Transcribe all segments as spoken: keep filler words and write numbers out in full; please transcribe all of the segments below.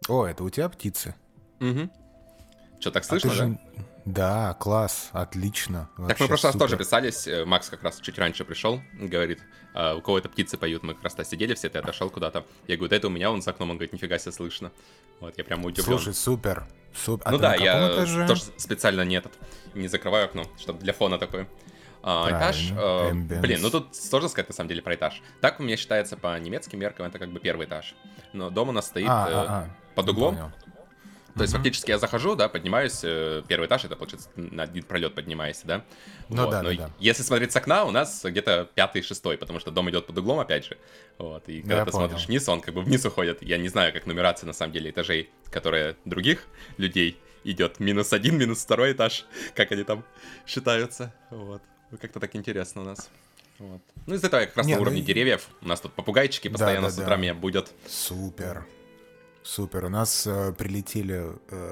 О, это у тебя птицы? Угу. Что, так слышно, а да? Же... Да, класс, отлично. Так мы в прошлый раз тоже писались, Макс как раз чуть раньше пришел, говорит, а, у кого-то птицы поют, мы как раз сидели все, ты отошел куда-то. Я говорю, да это у меня, он за окном, он говорит, нифига себе слышно. Вот, я прям удивлен. Слушай, супер, супер. А ну да, я этаже? тоже специально не этот, не закрываю окно, чтобы для фона такой. А, этаж, э, блин, ну тут сложно сказать на самом деле про этаж. Так у меня считается по немецким меркам, это как бы первый этаж. Но дом у нас стоит а, э, а, а. под углом. Понял. То есть, фактически, я захожу, да, поднимаюсь, э, первый этаж, это, получается, на один пролет поднимаешься, да? Ну вот. да, Но да, да. если смотреть с окна, у нас где-то пятый, шестой, потому что дом идет под углом, опять же. Вот, и когда я ты понял. смотришь вниз, он как бы вниз уходит. Я не знаю, как нумерация, на самом деле, этажей, которые других людей идет. Минус один, минус второй этаж, как они там считаются. Вот. Как-то так интересно у нас. Вот. Ну, из этого я как раз Не, на ну уровне и... деревьев. У нас тут попугайчики постоянно да, да, с утра да. меня будят. Супер. Супер. У нас э, прилетели э,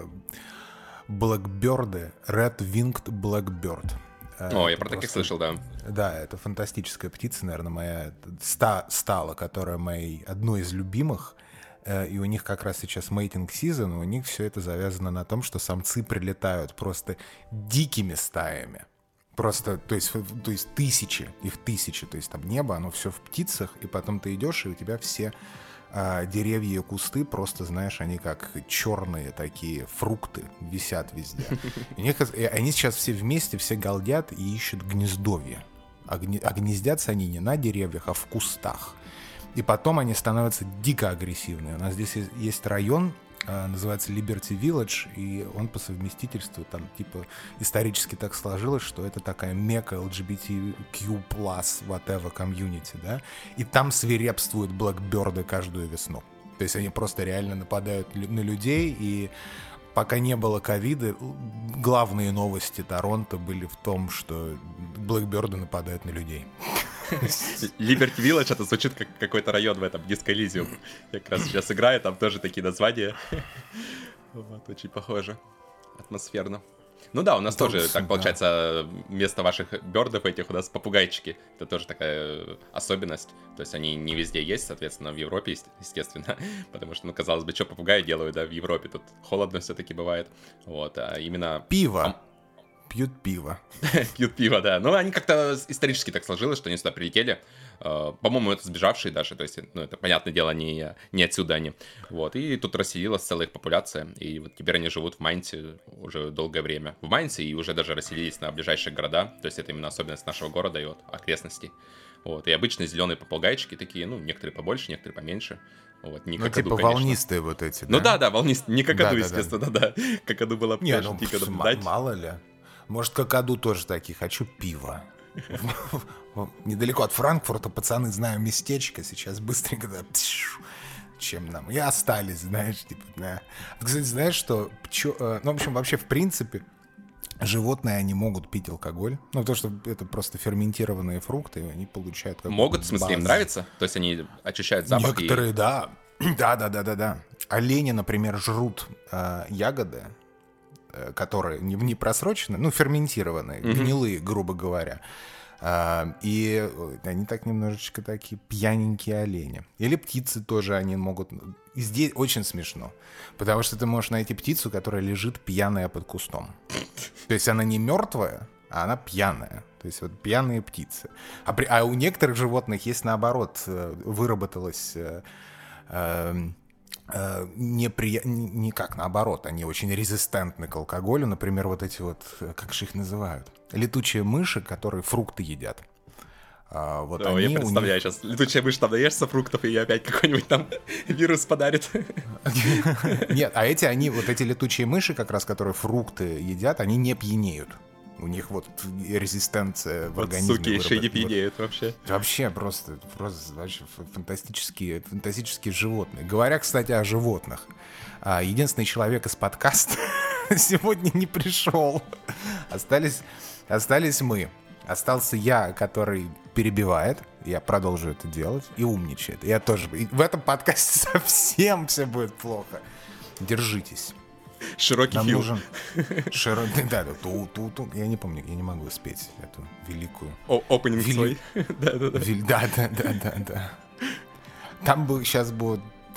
блэкберды, Red-Winged Blackbird. Э, О, я про просто... таких слышал, да. Да, это фантастическая птица, наверное, моя ста, стала, которая моей одной из любимых. Э, и у них как раз сейчас mating season, у них все это завязано на том, что самцы прилетают просто дикими стаями. Просто, то есть, то есть тысячи, их тысячи, то есть там небо, оно все в птицах, и потом ты идешь, и у тебя все а, деревья и кусты просто, знаешь, они как черные такие фрукты висят везде. И них, и они сейчас все вместе, все галдят и ищут гнездовье. А, гне, а гнездятся они не на деревьях, а в кустах. И потом они становятся дико агрессивные. У нас здесь есть, есть район, называется Liberty Village, и он по совместительству там типа исторически так сложилось, что это такая мекка эл джи би ти кью плюс whatever community, да, и там свирепствуют блэкберды каждую весну. То есть они просто реально нападают на людей, и пока не было ковида, главные новости Торонто были в том, что блэкберды нападают на людей. Liberty Village, это звучит как какой-то район в этом Disco Elysium. Я как раз сейчас играю, там тоже такие названия. Вот, очень похоже. Атмосферно. Ну да, у нас тоже, Добс, так да. получается, вместо ваших бёрдов этих у нас попугайчики. Это тоже такая особенность. То есть они не везде есть, соответственно, в Европе, естественно. Потому что, ну, казалось бы, что попугаи делают, да, в Европе. Тут холодно все-таки бывает. Вот, а именно... Пиво. Пьют пиво. Пьют пиво, да. Ну, они как-то исторически так сложилось, что они сюда прилетели. По-моему, это сбежавшие даже, то есть, ну, это, понятное дело, не, не отсюда они. Вот, и тут расселилась целая их популяция, и вот теперь они живут в Майнце уже долгое время. В Майнце и уже даже расселились на ближайшие города, то есть это именно особенность нашего города и вот окрестностей. Вот, и обычно зеленые попугайчики такие, ну, некоторые побольше, некоторые поменьше. Вот, не Ну, какаду, типа конечно. волнистые вот эти, да? Ну да, да, волнистые, не какаду, Да, да, естественно, да. Какаду было бы, Не, конечно, ну, дико м- наблюдать. мало ли. Может, какаду тоже такие. Хочу пива. Недалеко от Франкфурта, пацаны, знаю местечко. Сейчас быстренько, да, чем нам. И остались, знаешь, типа, да. Кстати, знаешь, что... Ну, в общем, вообще, в принципе, животные, они могут пить алкоголь. Ну, потому что это просто ферментированные фрукты, и они получают... Могут, в смысле, им нравится? То есть они очищают запах? Некоторые, и... да. Да, да, да, да, да. Олени, например, жрут э, ягоды, э, которые не, не просрочены, ну, ферментированные, mm-hmm. гнилые, грубо говоря. Э, и они так немножечко такие пьяненькие олени. Или птицы тоже они могут... И здесь очень смешно, потому что ты можешь найти птицу, которая лежит пьяная под кустом. То есть она не мертвая, а она пьяная. То есть вот пьяные птицы. А, при, а у некоторых животных есть наоборот, выработалось... Э, э, не, при, не, не как наоборот, они очень резистентны к алкоголю. Например, вот эти вот, как же их называют? Летучие мыши, которые фрукты едят. А, вот О, они, я представляю них... сейчас, летучая мышь там наешься фруктов, и ей опять какой-нибудь там вирус подарит. Нет, а эти, они, вот эти летучие мыши, как раз, которые фрукты едят, они не пьянеют. У них вот резистенция в вот организме. Суки еще выработ... не пьянеют вообще. Вообще просто, просто вообще фантастические, фантастические животные. Говоря, кстати, о животных. Единственный человек из подкаста сегодня не пришел. Остались, остались мы. Остался я, который перебивает. Я продолжу это делать. И умничает. Я тоже. И в этом подкасте совсем все будет плохо. Держитесь. Широкий Нам фил. нужен широкий, да, да, ту, ту, ту. Я не помню, я не могу спеть эту великую. Опенинг Вели... свой. Да, да, да, да, да, да. Там бы сейчас будет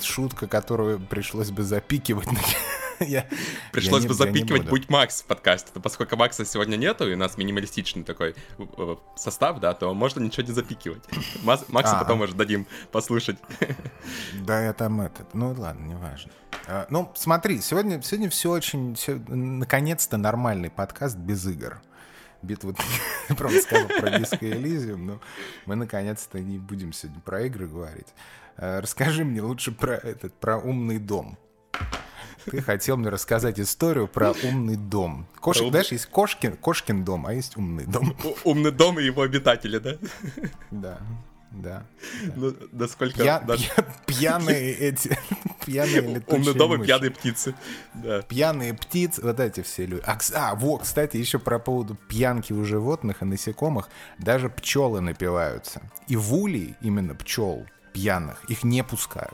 шутка, которую пришлось бы запикивать. Я, Пришлось я бы не, запикивать «Будь Макс» в подкасте. Но поскольку Макса сегодня нету, и у нас минималистичный такой состав, да, то можно ничего не запикивать. Максу потом, может, дадим послушать. Да, я там этот... Ну, ладно, неважно. А, ну, смотри, сегодня, сегодня все очень... Все, наконец-то нормальный подкаст без игр. Битва... Правда, сказал про Disco Elysium, но мы, наконец-то, не будем сегодня про игры говорить. А, расскажи мне лучше про этот, про умный дом. Ты хотел мне рассказать историю про умный дом. Кош... Про ум... Знаешь, есть Кошкин, Кошкин дом, а есть умный дом. Умный дом и его обитатели, да? Да, да. Ну, насколько... Пья... Даже... Пья... Пьяные эти... Пьяные летучие умный дом и мыши. Пьяные птицы. Да. Пьяные птицы, вот эти все люди. А, а, вот, кстати, еще про поводу пьянки у животных и насекомых. Даже пчелы напиваются. И в улей именно пчел пьяных их не пускают.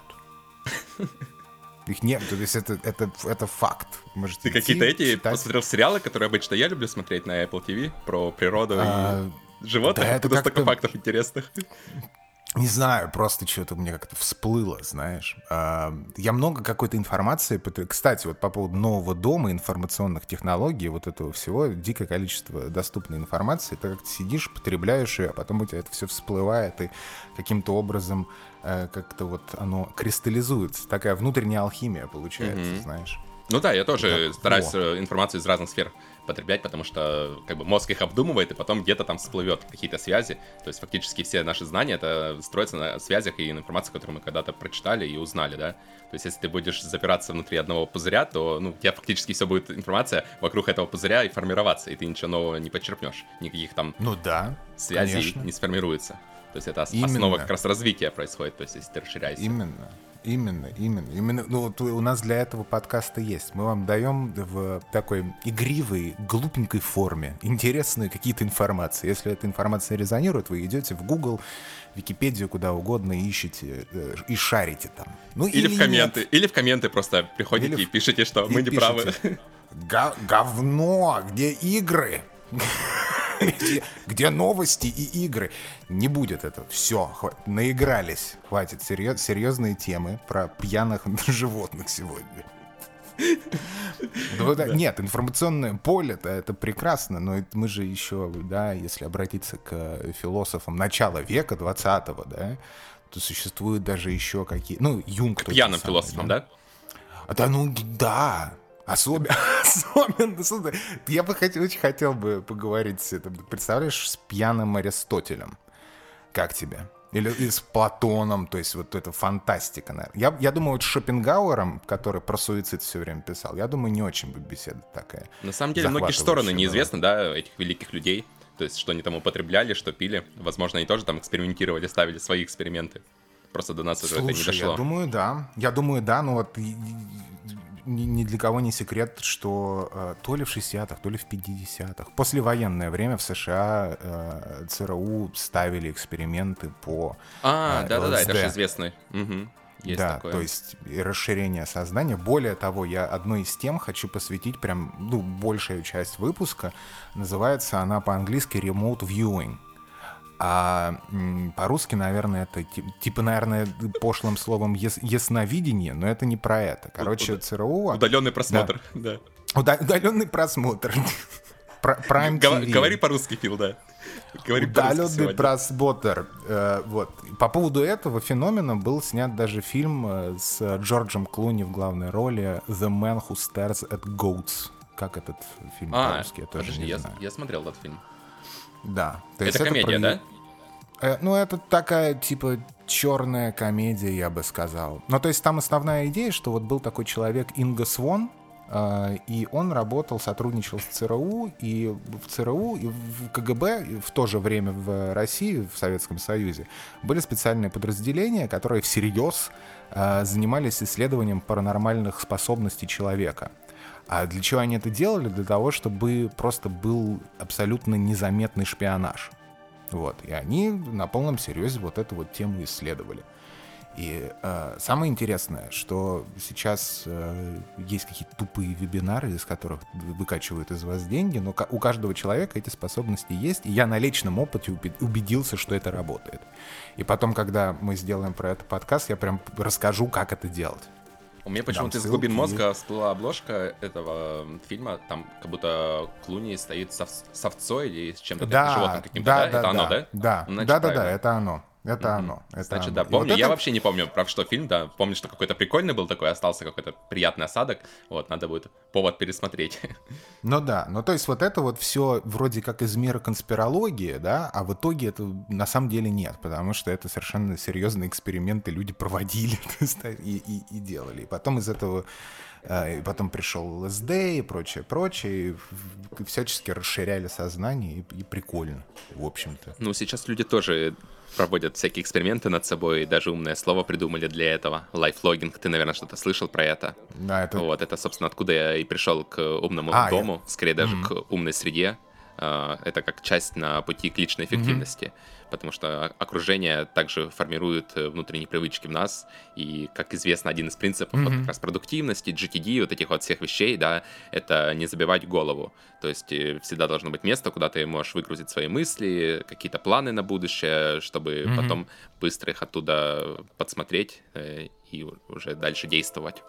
Их нет, то есть это, это, это факт. Можете Ты какие-то эти читать. Посмотрел сериалы, которые обычно я люблю смотреть на Apple ти ви про природу а, и животных? Да, откуда столько фактов интересных? Не знаю, просто что-то мне как-то всплыло, знаешь. А, я много какой-то информации... Кстати, вот по поводу нового дома, информационных технологий, вот этого всего, дикое количество доступной информации. Ты как-то сидишь, потребляешь ее, а потом у тебя это все всплывает, и каким-то образом э, как-то вот оно кристаллизуется. Такая внутренняя алхимия получается, mm-hmm. знаешь. Ну да, я тоже так, стараюсь о. информацию из разных сфер потреблять, потому что как бы мозг их обдумывает, и потом где-то там всплывет какие-то связи. То есть фактически все наши знания это строятся на связях и информации, которую мы когда-то прочитали и узнали, да. То есть если ты будешь запираться внутри одного пузыря, то ну, у тебя фактически все будет информация вокруг этого пузыря и формироваться, и ты ничего нового не почерпнешь, никаких там ну, да, связей конечно. Не сформируется. То есть это Именно. Основа как раз развития происходит, то есть если ты расширяешься. Именно. Именно, именно. именно ну, вот у нас для этого подкаста есть. Мы вам даем в такой игривой, глупенькой форме интересные какие-то информации. Если эта информация резонирует, вы идете в Google, Википедию, куда угодно, ищете э, и шарите там. Ну, или, или в комменты. Нет. Или в комменты просто приходите или и пишете, что мы не правы. Говно, где игры? Где, где новости и игры. Не будет этого. Все, хватит. Наигрались. Хватит. Серьез, серьезные темы про пьяных животных сегодня. Ну, да. Нет, информационное поле-то это прекрасно, но это мы же еще, да, если обратиться к философам начала века двадцатого, да, то существуют даже еще какие... Ну, Юнг... К пьяным самый, философам, да? да? Да, ну, да. Особенно, особенно, я бы хотел, очень хотел бы поговорить, это, представляешь, с пьяным Аристотелем. Как тебе? Или, или с Платоном, то есть вот это фантастика, наверное. Я, я думаю, вот с Шопенгауэром, который про суицид все время писал, я думаю, не очень бы беседа такая. На самом деле, многие стороны неизвестны, да, этих великих людей. То есть, что они там употребляли, что пили. Возможно, они тоже там экспериментировали, ставили свои эксперименты. Просто до нас Слушай, уже это не дошло. Я думаю, да. Я думаю, да, но вот... Ни, ни для кого не секрет, что э, то ли в шестидесятых, то ли в пятидесятых, послевоенное время в США э, ЦРУ ставили эксперименты по А, э, да-да-да, это же известный. Угу. Есть да, такое. То есть и расширение сознания. Более того, я одной из тем хочу посвятить прям, ну, большую часть выпуска. Называется она по-английски «Remote Viewing». А м, по-русски, наверное, это типа, наверное, пошлым словом яс- ясновидение, но это не про это. Короче, Уда- ЦРУ... Удаленный просмотр, да. да. Уда- удаленный просмотр. Prime ти ви. Говори по-русски, Фил, да. Говори удаленный просмотр. Э, вот. По поводу этого феномена был снят даже фильм с Джорджем Клуни в главной роли «The Man Who Stares at Goats». Как этот фильм а, по-русски? Я тоже подожди, не я, знаю. Я смотрел этот фильм. Да. То это комедия, про... да? Э, ну, это такая, типа, черная комедия, я бы сказал. Ну, то есть там основная идея, что вот был такой человек Инго Свон, э, и он работал, сотрудничал с ЦРУ, и в ЦРУ, и в КГБ, и в то же время в России, в Советском Союзе, были специальные подразделения, которые всерьез э, занимались исследованием паранормальных способностей человека. А для чего они это делали? Для того, чтобы просто был абсолютно незаметный шпионаж. Вот. И они на полном серьезе вот эту вот тему исследовали. И э, самое интересное, что сейчас э, есть какие-то тупые вебинары, из которых выкачивают из вас деньги, но у каждого человека эти способности есть, и я на личном опыте убедился, что это работает. И потом, когда мы сделаем про это подкаст, я прям расскажу, как это делать. У меня почему-то из глубин мозга всплыла обложка этого фильма, там как будто Клуни стоит с, ов- с овцой или с чем-то, да, животным каким-то, да, да? да? Это Да, оно, да? Да, Значит, да, да, правильно. да, это оно. Это mm-hmm. оно. Это Значит, оно. да, помню. Вот я это... вообще не помню, про что фильм, да. Помню, что какой-то прикольный был такой, остался какой-то приятный осадок. Вот, надо будет повод пересмотреть. Ну да, ну то есть вот это вот все вроде как из мира конспирологии, да, а в итоге это на самом деле нет, потому что это совершенно серьезные эксперименты люди проводили и, и, и делали. И потом из этого, и потом пришел ЛСД и прочее, прочее, и всячески расширяли сознание, и, и прикольно, в общем-то. Ну, сейчас люди тоже проводят всякие эксперименты над собой, и даже умное слово придумали для этого. Лайфлогинг, ты, наверное, что-то слышал про это? Да, это... Вот, это, собственно, откуда я и пришел к умному а, дому, я... скорее даже mm-hmm. к умной среде. Это как часть на пути к личной эффективности, mm-hmm. потому что окружение также формирует внутренние привычки в нас, и, как известно, один из принципов mm-hmm. вот как раз продуктивности, джи ти ди, вот этих вот всех вещей, да, это не забивать голову, то есть всегда должно быть место, куда ты можешь выгрузить свои мысли, какие-то планы на будущее, чтобы mm-hmm. потом быстро их оттуда подсмотреть и уже дальше действовать.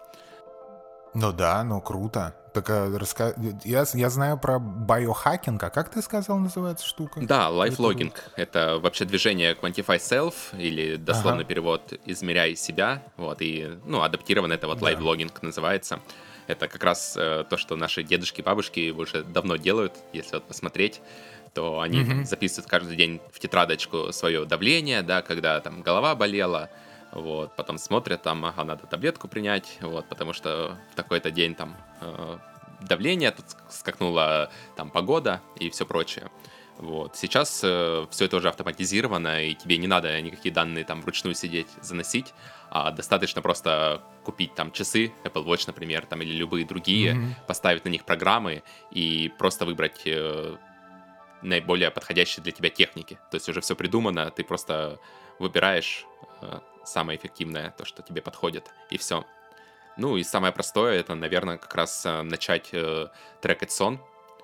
Ну да, ну круто. Так раска... я, я знаю про биохакинг, а как ты сказал, называется штука? Да, лайфлогинг. Это... это вообще движение Quantify Self, или дословный ага. перевод «измеряй себя». Вот, и, ну, адаптированно это вот да. лайфлогинг называется. Это как раз э, то, что наши дедушки и бабушки уже давно делают, если вот посмотреть, то они mm-hmm. записывают каждый день в тетрадочку свое давление, да, когда там голова болела. Вот, потом смотрят, там, ага, надо таблетку принять, вот, потому что в такой-то день там э, давление, тут скакнула там погода и все прочее. Вот, сейчас э, все это уже автоматизировано, и тебе не надо никакие данные там вручную сидеть, заносить, а достаточно просто купить там часы, Apple Watch, например, там, или любые другие, mm-hmm. поставить на них программы и просто выбрать э, наиболее подходящие для тебя техники. То есть уже все придумано, ты просто выбираешь э, самое эффективное, то, что тебе подходит, и все. Ну и самое простое, это, наверное, как раз начать э, трекать сон,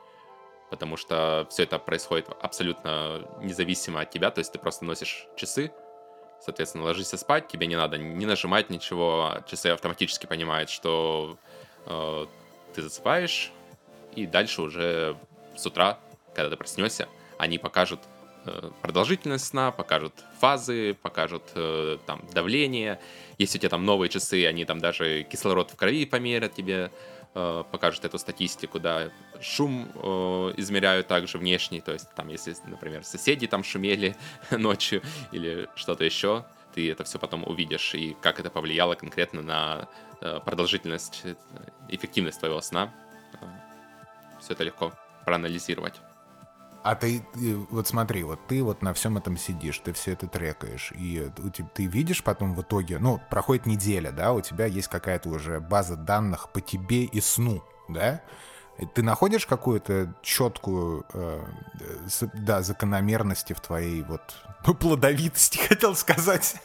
потому что все это происходит абсолютно независимо от тебя, то есть ты просто носишь часы, соответственно, ложишься спать, тебе не надо не нажимать ничего, часы автоматически понимают, что э, ты засыпаешь, и дальше уже с утра, когда ты проснешься, они покажут продолжительность сна, покажут фазы, покажут э, там давление. Если у тебя там новые часы, они там даже кислород в крови померят тебе, э, покажут эту статистику, да, шум э, измеряют также внешний, то есть там, если, например, соседи там шумели ночью или что-то еще, ты это все потом увидишь, и как это повлияло конкретно на э, продолжительность, эффективность твоего сна. Э, все это легко проанализировать. А ты, вот смотри, вот ты вот на всем этом сидишь, ты все это трекаешь, и ты видишь потом в итоге, ну, проходит неделя, да, у тебя есть какая-то уже база данных по тебе и сну, да? Ты находишь какую-то четкую, э, да, закономерности в твоей вот, ну, плодовитости, хотел сказать.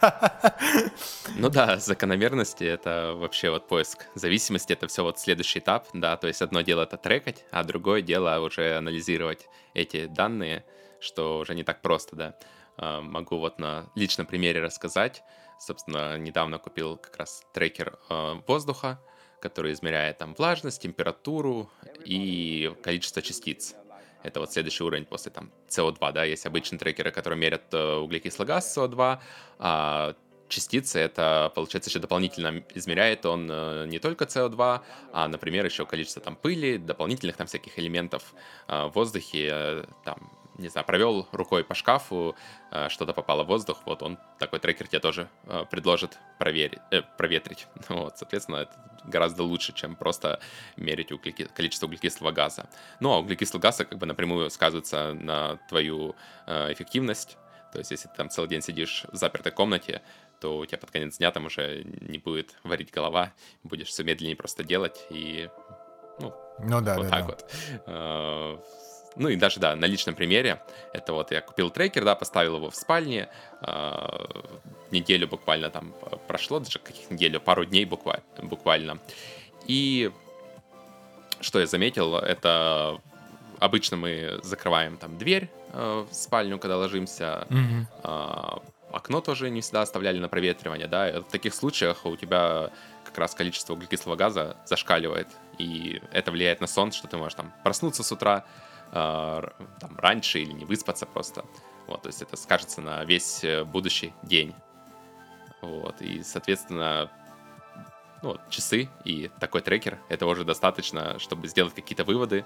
Ну да, закономерности — это вообще вот поиск зависимости, это все вот следующий этап, да, то есть одно дело — это трекать, а другое дело уже анализировать эти данные, что уже не так просто, да. Могу вот на личном примере рассказать. Собственно, недавно купил как раз трекер воздуха, который измеряет там влажность, температуру и количество частиц. Это вот следующий уровень после там си о два, да, есть обычные трекеры, которые мерят углекислый газ си о два, а частицы это, получается, еще дополнительно измеряет он не только си о два, а, например, еще количество там пыли, дополнительных там всяких элементов в воздухе, там, не знаю, провел рукой по шкафу, что-то попало в воздух, вот он, такой трекер тебе тоже предложит проверить, э, проветрить. Вот, соответственно, это гораздо лучше, чем просто мерить углеки... количество углекислого газа. Ну, а углекислый газ как бы напрямую сказывается на твою э, эффективность. То есть, если ты там целый день сидишь в запертой комнате, то у тебя под конец дня там уже не будет варить голова, будешь все медленнее просто делать, и ну, ну да, вот да, так да. вот. Ну и даже, да, на личном примере, это вот я купил трекер, да, поставил его в спальне, неделю буквально там прошло, даже каких неделю, пару дней буквально. буквально. И что я заметил, это обычно мы закрываем там дверь э, в спальню, когда ложимся, Мгм. э, окно тоже не всегда оставляли на проветривание, да, в таких случаях у тебя как раз количество углекислого газа зашкаливает, и это влияет на сон, что ты можешь там проснуться с утра э, р- там, раньше или не выспаться просто, вот, то есть это скажется на весь э, будущий день, вот, и, соответственно, ну, вот, часы и такой трекер, этого уже достаточно, чтобы сделать какие-то выводы,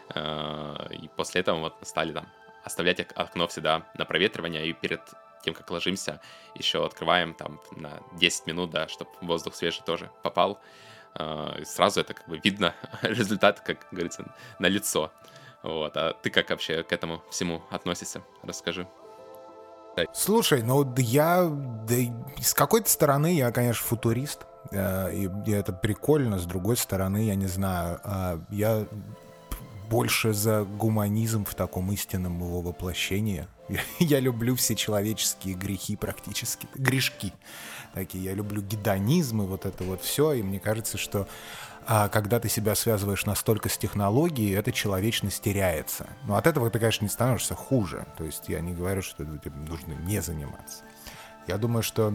э, и после этого вот мы стали там оставлять ок- окно всегда на проветривание, и перед тем, как ложимся, еще открываем там на десять минут, да, чтобы воздух свежий тоже попал. Э, и сразу это как бы видно, результат, как говорится, на лицо. Вот. А ты как вообще к этому всему относишься? Расскажи. Слушай, ну да я, да и с какой-то стороны я, конечно, футурист, э, и, и это прикольно, с другой стороны, я не знаю, а, я больше за гуманизм в таком истинном его воплощении. Я, я люблю все человеческие грехи практически, грешки такие, я люблю гедонизм и вот это вот все, и мне кажется, что а когда ты себя связываешь настолько с технологией, эта человечность теряется. Но от этого ты, конечно, не становишься хуже. То есть я не говорю, что тебе нужно не заниматься. Я думаю, что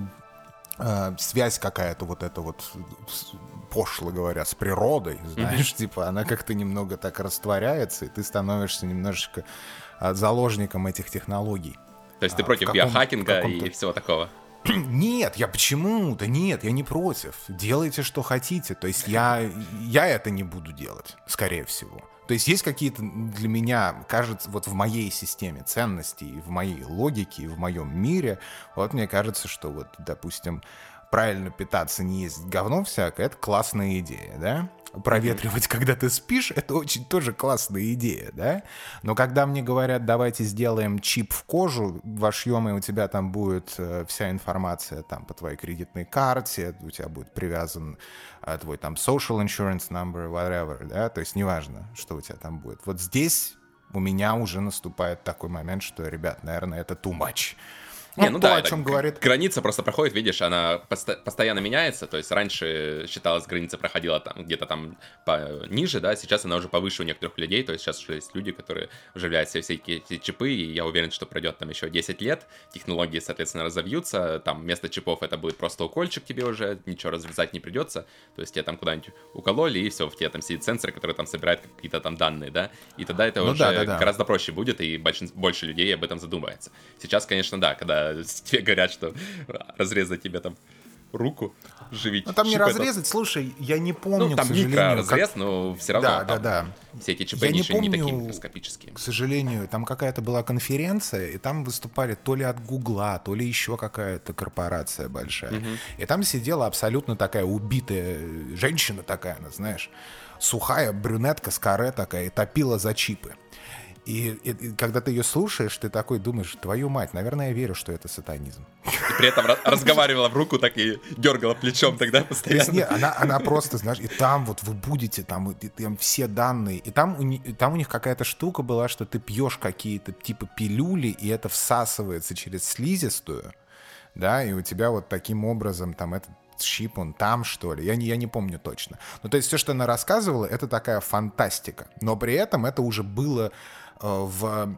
э, связь какая-то вот эта вот, с- пошло говоря, с природой, знаешь, типа она как-то немного так растворяется, и ты становишься немножечко а, заложником этих технологий. То есть ты А, в против каком- в биохакинга каком-то- и всего такого? Нет, я почему-то, нет, я не против. Делайте, что хотите. То есть я, я это не буду делать, скорее всего. То есть есть какие-то для меня, кажется, вот в моей системе ценностей, в моей логике, в моем мире, вот мне кажется, что вот, допустим, правильно питаться, не есть говно всякое, это классная идея, да? Проветривать, когда ты спишь, это очень тоже классная идея, да? Но когда мне говорят, давайте сделаем чип в кожу, вошьем, и у тебя там будет э, вся информация там по твоей кредитной карте, у тебя будет привязан э, твой там social insurance number, whatever, да? То есть неважно, что у тебя там будет. Вот здесь у меня уже наступает такой момент, что, ребят, наверное, это too much. Не, Ну, ну то, да, о это чем г- говорит. граница просто проходит, видишь, она посто- постоянно меняется, то есть раньше считалось, граница проходила там где-то там по- ниже, да, сейчас она уже повыше у некоторых людей, то есть сейчас уже есть люди, которые вживляют себе все эти чипы, и я уверен, что пройдет там еще десять лет, технологии, соответственно, разовьются, там вместо чипов это будет просто укольчик тебе уже, ничего разрезать не придется, то есть тебе там куда-нибудь укололи, и все, в тебе там сидит сенсор, который там собирает какие-то там данные, да, и тогда это Ну уже да, да, да. гораздо проще будет, и большин- больше людей об этом задумается. Сейчас, конечно, да, когда тебе говорят, что разрезать тебе там руку, живить. Ну, там не чип этот. разрезать, слушай, я не помню, Ну, к там сожалению, микроразрез, как... но все равно Да, да, там да. все эти чипы Я не еще не такие помню, микроскопические. к сожалению, там какая-то была конференция, и там выступали то ли от Гугла, то ли еще какая-то корпорация большая. И там сидела абсолютно такая убитая женщина такая, она, знаешь, сухая брюнетка с каре такая, и топила за чипы. И, и- и когда ты ее слушаешь, ты такой думаешь, твою мать, наверное, я верю, что это сатанизм. И при этом ra- разговаривала в руку, так и дергала плечом тогда То есть, постоянно. нет, она, она просто, знаешь, и там вот вы будете, там, и, и там все данные, и там у, ни- и там у них какая-то штука была, что ты пьешь какие-то типа пилюли, и это всасывается через слизистую, да, и у тебя вот таким образом там этот чип, он там, что ли, я не, я не помню точно. Ну, то есть все, что она рассказывала, это такая фантастика, но при этом это уже было э, в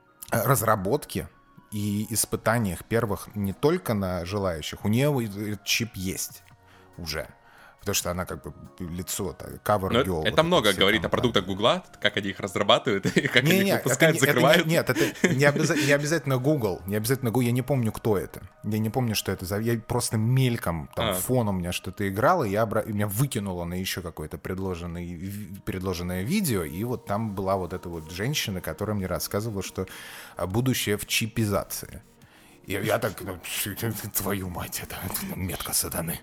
разработке и испытаниях первых не только на желающих, у нее этот чип есть уже. Потому что она как бы лицо, cover Но girl. это вот много все говорит там, о продуктах Гугла, как они их разрабатывают, и как они не, их не, выпускают, это, не- это закрывают. не- нет, это не, обяза- не обязательно Google, не обязательно Google, я не помню, кто это. Я не помню, что это за... Я просто мельком, там, А. фон у меня что-то играло, и я обра... и меня выкинуло на еще какое-то предложенное, ви- предложенное видео, и вот там была вот эта вот женщина, которая мне рассказывала, что а, будущее в чипизации. И я так, ну, твою мать, это, это метка сатаны.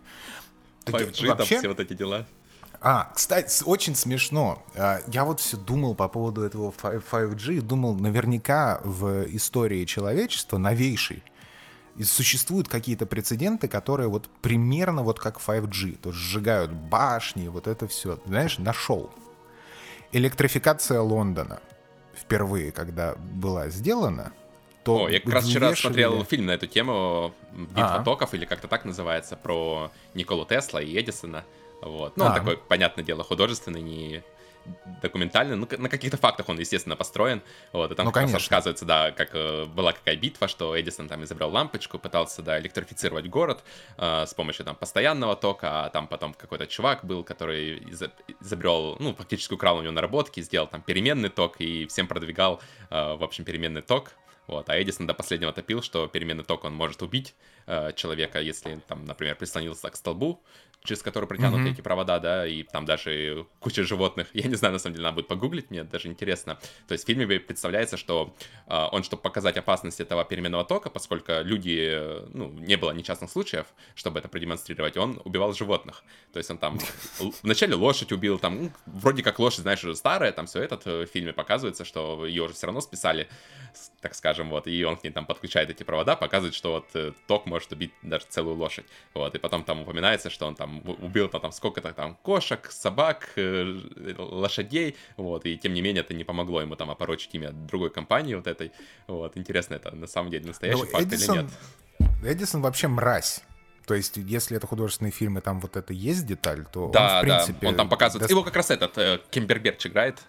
пять джи, там Вообще- все вот эти дела. А, кстати, с- очень смешно. А, Я вот все думал по поводу этого пять джи, думал, наверняка в истории человечества новейшей и существуют какие-то прецеденты, которые вот примерно вот как пять джи, то есть сжигают башни, вот это все. Знаешь, нашел. Электрификация Лондона впервые, когда была сделана, то О, я как раз вчера вывешивали... смотрел фильм на эту тему «Битва А. токов», или как-то так называется, про Николу Тесла и Эдисона. Вот. Ну, он А. такой, понятное дело, художественный, не документальный. Ну, на каких-то фактах он, естественно, построен. Вот, и там Ну, как раз конечно. рассказывается, да, как э, была какая битва, что Эдисон там изобрел лампочку, пытался, да, электрифицировать город э, с помощью там постоянного тока, а там потом какой-то чувак был, который изо- изобрел, ну, фактически украл у него наработки, сделал там переменный ток и всем продвигал, э, в общем, переменный ток. Вот, а Эдисон до последнего топил, что переменный ток, он может убить э, человека, если, там, например, прислонился к столбу, через который протянуты Мгм. эти провода, да, и там даже куча животных. Я не знаю, на самом деле, надо будет погуглить, мне даже интересно. То есть в фильме представляется, что э, он, чтобы показать опасность этого переменного тока, поскольку люди, э, ну, не было несчастных случаев, чтобы это продемонстрировать, он убивал животных. То есть он там л- вначале лошадь убил, там, ну, вроде как лошадь, знаешь, уже старая, там все это в фильме показывается, что ее уже все равно списали, с- так скажем, вот, и он к ней там подключает эти провода, показывает, что вот э, ток может убить даже целую лошадь. Вот, и потом там упоминается, что он там у- убил-то там сколько-то там кошек, собак, э, лошадей, вот, и тем не менее это не помогло ему там опорочить имя другой компании вот этой. Вот, интересно, это на самом деле настоящий Ну, факт или нет? Эдисон вообще мразь. То есть, если это художественный фильм, и там вот это есть деталь, то он, Да, в принципе... да, он там показывает. дос- Его как раз этот э, Кембербэтч играет.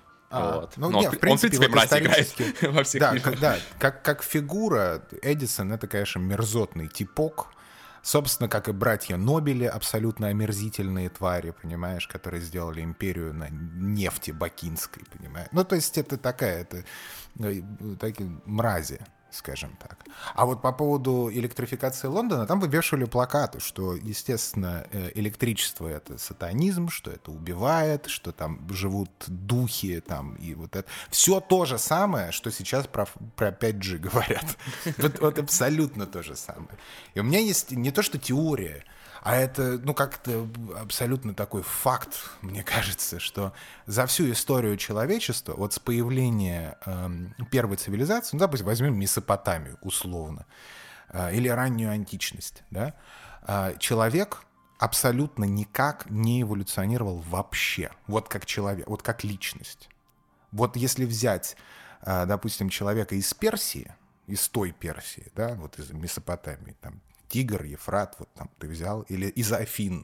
А, Вот. ну, Но он, не, в в при- он, в принципе, принципе, вот мразь играет исторически... во всех Да, фильмах. как, да, как, как фигура Эдисон, это, конечно, мерзотный типок. Собственно, как и братья Нобели, абсолютно омерзительные твари, понимаешь, которые сделали империю на нефти бакинской, понимаешь. Ну, то есть это такая, это э, такие мрази, скажем так. А вот по поводу электрификации Лондона, там вывешивали плакаты, что, естественно, э, электричество — это сатанизм, что это убивает, что там живут духи, там, и вот это. Все то же самое, что сейчас про, про пять джи говорят. Вот, вот абсолютно то же самое. И у меня есть не то, что теория, а это, ну, как-то абсолютно такой факт, мне кажется, что за всю историю человечества, вот с появления эм, первой цивилизации, ну, допустим, возьмем Месопотамию, условно, э, или раннюю античность, да, э, человек абсолютно никак не эволюционировал вообще, вот как человек, вот как личность. Вот если взять, э, допустим, человека из Персии, из той Персии, да, вот из Месопотамии, там, Тигр, Ефрат, вот там ты взял, или из Афин,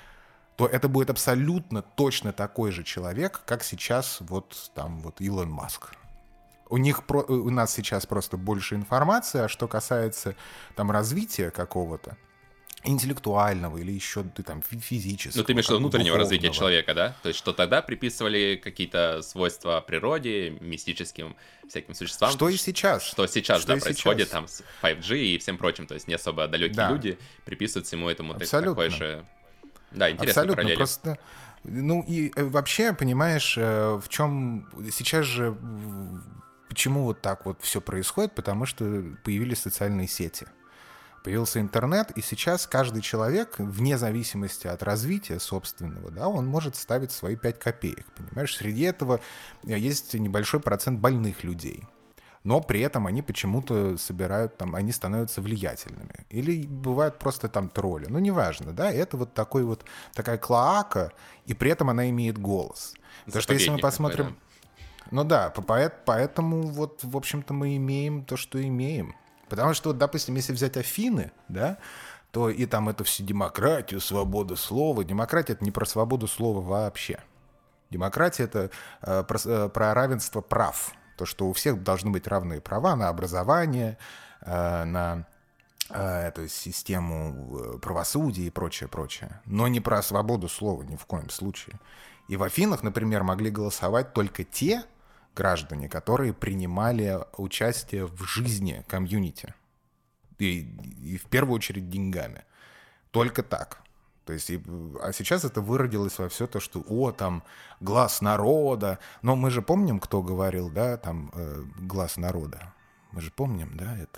то это будет абсолютно точно такой же человек, как сейчас вот там вот Илон Маск. У них про, у нас сейчас просто больше информации, а что касается там развития какого-то интеллектуального или еще ты там фи- физического. Ну, ты имеешь в виду внутреннего духовного. развития человека, да? То есть, что тогда приписывали какие-то свойства природе, мистическим всяким существам. Что и сейчас. Что сейчас, Что да, и происходит сейчас. там с пять джи и всем прочим. То есть, не особо далекие Да. люди приписывают всему этому так- Абсолютно. такой же... Да, интересно Абсолютно, параллели. просто... Ну и э, вообще, понимаешь, э, в чем сейчас же... в- Почему вот так вот все происходит? Потому что появились социальные сети. Появился интернет, и сейчас каждый человек, вне зависимости от развития собственного, да, он может ставить свои пять копеек, понимаешь? Среди этого есть небольшой процент больных людей, но при этом они почему-то собирают, там, они становятся влиятельными. Или бывают просто там тролли, ну, неважно, да, это вот такой вот, такая клоака, и при этом она имеет голос. Потому что если мы Заповедник посмотрим... такой, Ну да, по- поэт- поэтому вот, в общем-то, мы имеем то, что имеем. Потому что, вот, допустим, если взять Афины, да, то и там эту всю демократию, свободу слова. Демократия — это не про свободу слова вообще. Демократия — это э, про, э, про равенство прав. То, что у всех должны быть равные права на образование, э, на э, эту систему э, правосудия и прочее, прочее. Но не про свободу слова ни в коем случае. И в Афинах, например, могли голосовать только те граждане, которые принимали участие в жизни комьюнити. И, и в первую очередь деньгами. Только так. То есть, и- а сейчас это выродилось во все то, что, о, там, глаз народа. Но мы же помним, кто говорил, да, там, э, глаз народа. Мы же помним, да, это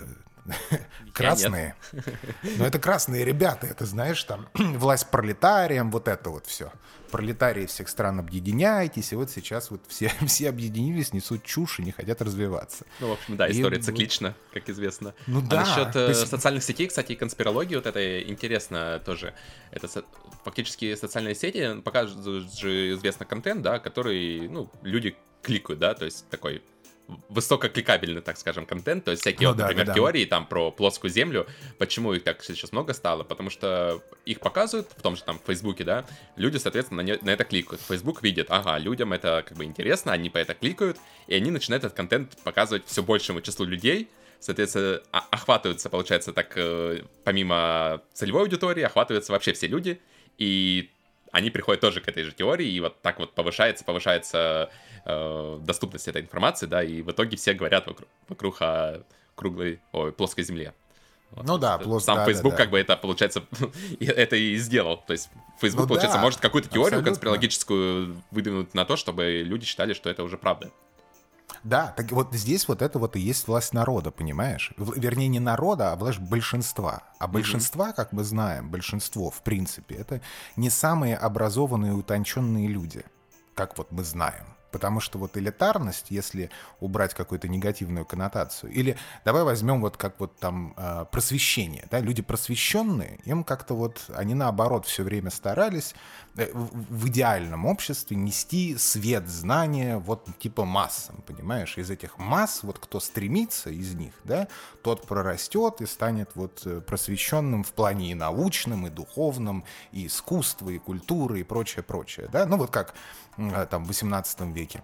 красные. Но это красные ребята, это, знаешь, там, власть пролетариям, вот это вот все. Пролетарии всех стран, объединяйтесь, и вот сейчас вот все, все объединились, несут чушь и не хотят развиваться. Ну, в общем, да, И история вот- циклична, как известно. Ну а да, насчет то э, есть- социальных сетей, кстати, и конспирологии, вот это интересно тоже. Это со- фактически социальные сети показывают же известный контент, да, который, ну, люди кликают, да, то есть такой высококликабельный, так скажем, контент, то есть всякие, Ну вот, да, например, да, да. теории там про плоскую землю, почему их так сейчас много стало, потому что их показывают в том же там Фейсбуке, да, люди, соответственно, на, не- на это кликают. Фейсбук видит, ага, людям это как бы интересно, они по это кликают, и они начинают этот контент показывать все большему числу людей, соответственно, а- охватываются, получается, так, э, помимо целевой аудитории, охватываются вообще все люди, и они приходят тоже к этой же теории, и вот так вот повышается, повышается э, доступность этой информации, да, и в итоге все говорят вокруг, вокруг о круглой, ой, плоской земле. Вот. Ну да, Это плос- Сам да, Facebook да, да. как бы это, получается, это и сделал. То есть Facebook, Ну получается, да, может какую-то теорию абсолютно. конспирологическую выдвинуть на то, чтобы люди считали, что это уже правда. Да, так вот здесь вот это вот и есть власть народа, понимаешь? В- Вернее, не народа, а власть большинства. А большинства, как мы знаем, большинство, в принципе, это не самые образованные и утонченные люди, как вот мы знаем. Потому что вот элитарность, если убрать какую-то негативную коннотацию, или давай возьмем вот как вот там э, просвещение, да, люди просвещенные, им как-то вот, они наоборот все время старались э, в, в идеальном обществе нести свет, знания вот типа массам, понимаешь, из этих масс, вот кто стремится из них, да, тот прорастет и станет вот э, просвещенным в плане и научном, и духовном, и искусства, и культуры, и прочее, прочее, да, ну вот как э, там в восемнадцатом веке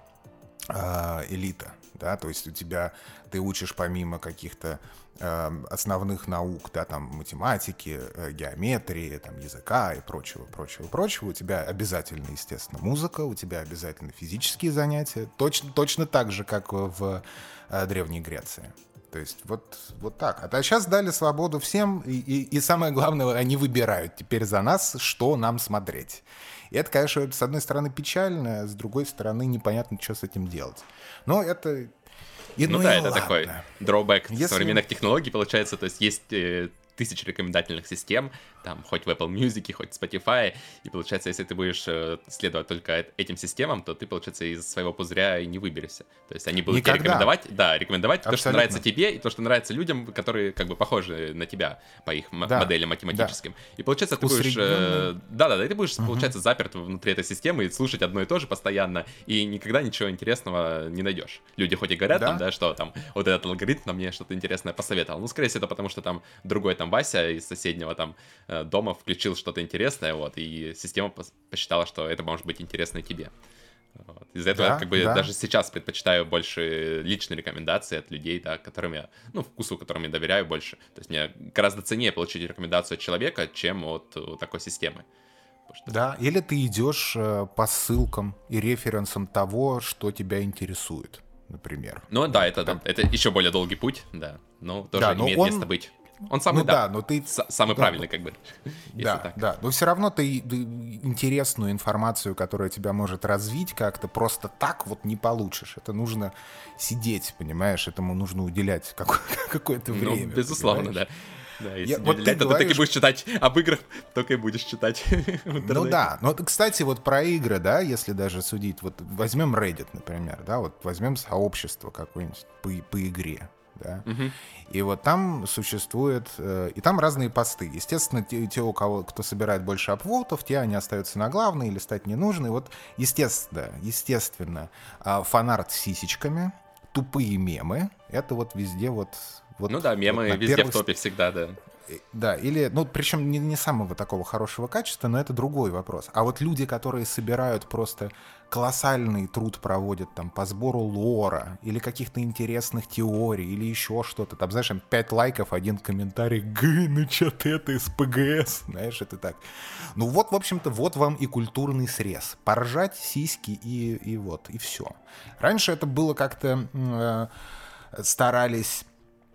э, элита, да, то есть у тебя, ты учишь помимо каких-то э, основных наук, да, там математики, э, геометрии, там языка и прочего, прочего, прочего, у тебя обязательно, естественно, музыка, у тебя обязательно физические занятия, точно, точно так же, как в э, Древней Греции. То есть вот, вот так. А сейчас дали свободу всем, и, и, и самое главное, они выбирают теперь за нас, что нам смотреть. И это, конечно, с одной стороны печально, а с другой стороны непонятно, что с этим делать. Но это... И, Ну, ну да, и это ладно. такой дrawback Если- современных технологий, получается, то есть есть э, тысячи рекомендательных систем, там, хоть в Apple Music, хоть в Spotify, и получается, если ты будешь э, следовать только э- этим системам, то ты, получается, из своего пузыря и не выберешься. То есть они будут тебе Никогда. рекомендовать, да, рекомендовать то, что Абсолютно. нравится тебе, и то, что нравится людям, которые как бы похожи на тебя по их м- Да, моделям математическим. И получается, ты будешь... Усредненным. э, Да-да-да, и ты будешь, получается, заперт внутри этой системы и слушать одно и то же постоянно, и никогда ничего интересного не найдешь. Люди хоть и говорят Да. там, да, что там вот этот алгоритм на мне что-то интересное посоветовал. Ну, скорее всего, это потому, что там другой там Вася из соседнего там э, дома включил что-то интересное, вот, и система пос- посчитала, что это может быть интересно и тебе. Вот. Из-за этого Да, я как бы да. даже сейчас предпочитаю больше личные рекомендации от людей, да, которым я, ну, вкусу, которым я доверяю больше. То есть мне гораздо ценнее получить рекомендацию от человека, чем от э, такой системы. Потому что- Да, или ты идешь э, по ссылкам и референсам того, что тебя интересует, например. Ну да, это, там- это еще более долгий путь, да, но тоже Да, но имеет он- место быть. Он самый, ну да, да, но ты... с- самый да, правильный, как бы, если Да, так. да, но все равно ты, ты интересную информацию, которая тебя может развить как-то, просто так вот не получишь. Это нужно сидеть, понимаешь, этому нужно уделять какое- какое-то Ну, время. безусловно, понимаешь? да. Да, если Я- не вот ты уделять, то ты таки говоришь- будешь читать об играх, только и будешь читать в Ну интернете. да, но это, кстати, вот про игры, да, если даже судить, вот возьмем Reddit, например, да, вот возьмем сообщество какое-нибудь по, по игре, да, Мгм. и вот там существует, э, и там разные посты. Естественно, те, те, у кого, кто собирает больше апвотов, те они остаются на главной или стать не нужны. Вот, естественно, естественно, а, фанарт с сисечками, тупые мемы, это вот везде вот... вот Ну да, мемы вот на везде в первых топе всегда, да. Э, Да, или, ну, причем не, не самого такого хорошего качества, но это другой вопрос. А вот люди, которые собирают просто колоссальный труд проводят там по сбору лора или каких-то интересных теорий или еще что-то, там, знаешь, там пять лайков, один комментарий, г, ну чё ты это из ПГС, знаешь, это так. Ну вот, в общем-то, вот вам и культурный срез. Поржать, сиськи и, и вот, и все. Раньше это было как-то э, старались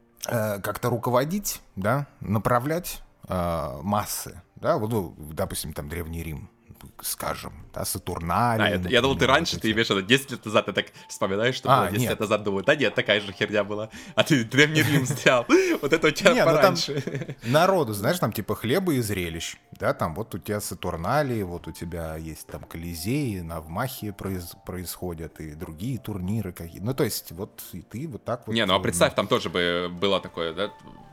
э, как-то руководить, да, направлять э, массы, да, вот, ну, допустим, там Древний Рим, скажем, да, Сатурналия. А, это- я думал, ты например, раньше, вот ты эти. имеешь в виду десять лет назад, ты так вспоминаешь, что А, было десять нет. лет назад, думаю, да нет, такая же херня была. А ты Древний Рим взял. Вот это у тебя Не, ну там пораньше. народу, знаешь, там типа хлеба и зрелищ, да, там вот у тебя Сатурналии, вот у тебя есть там Колизеи, Навмахи произ- происходят и другие турниры какие. Ну, то есть вот и ты вот так вот... Не, ну а э, представь, там тоже бы было такое, да,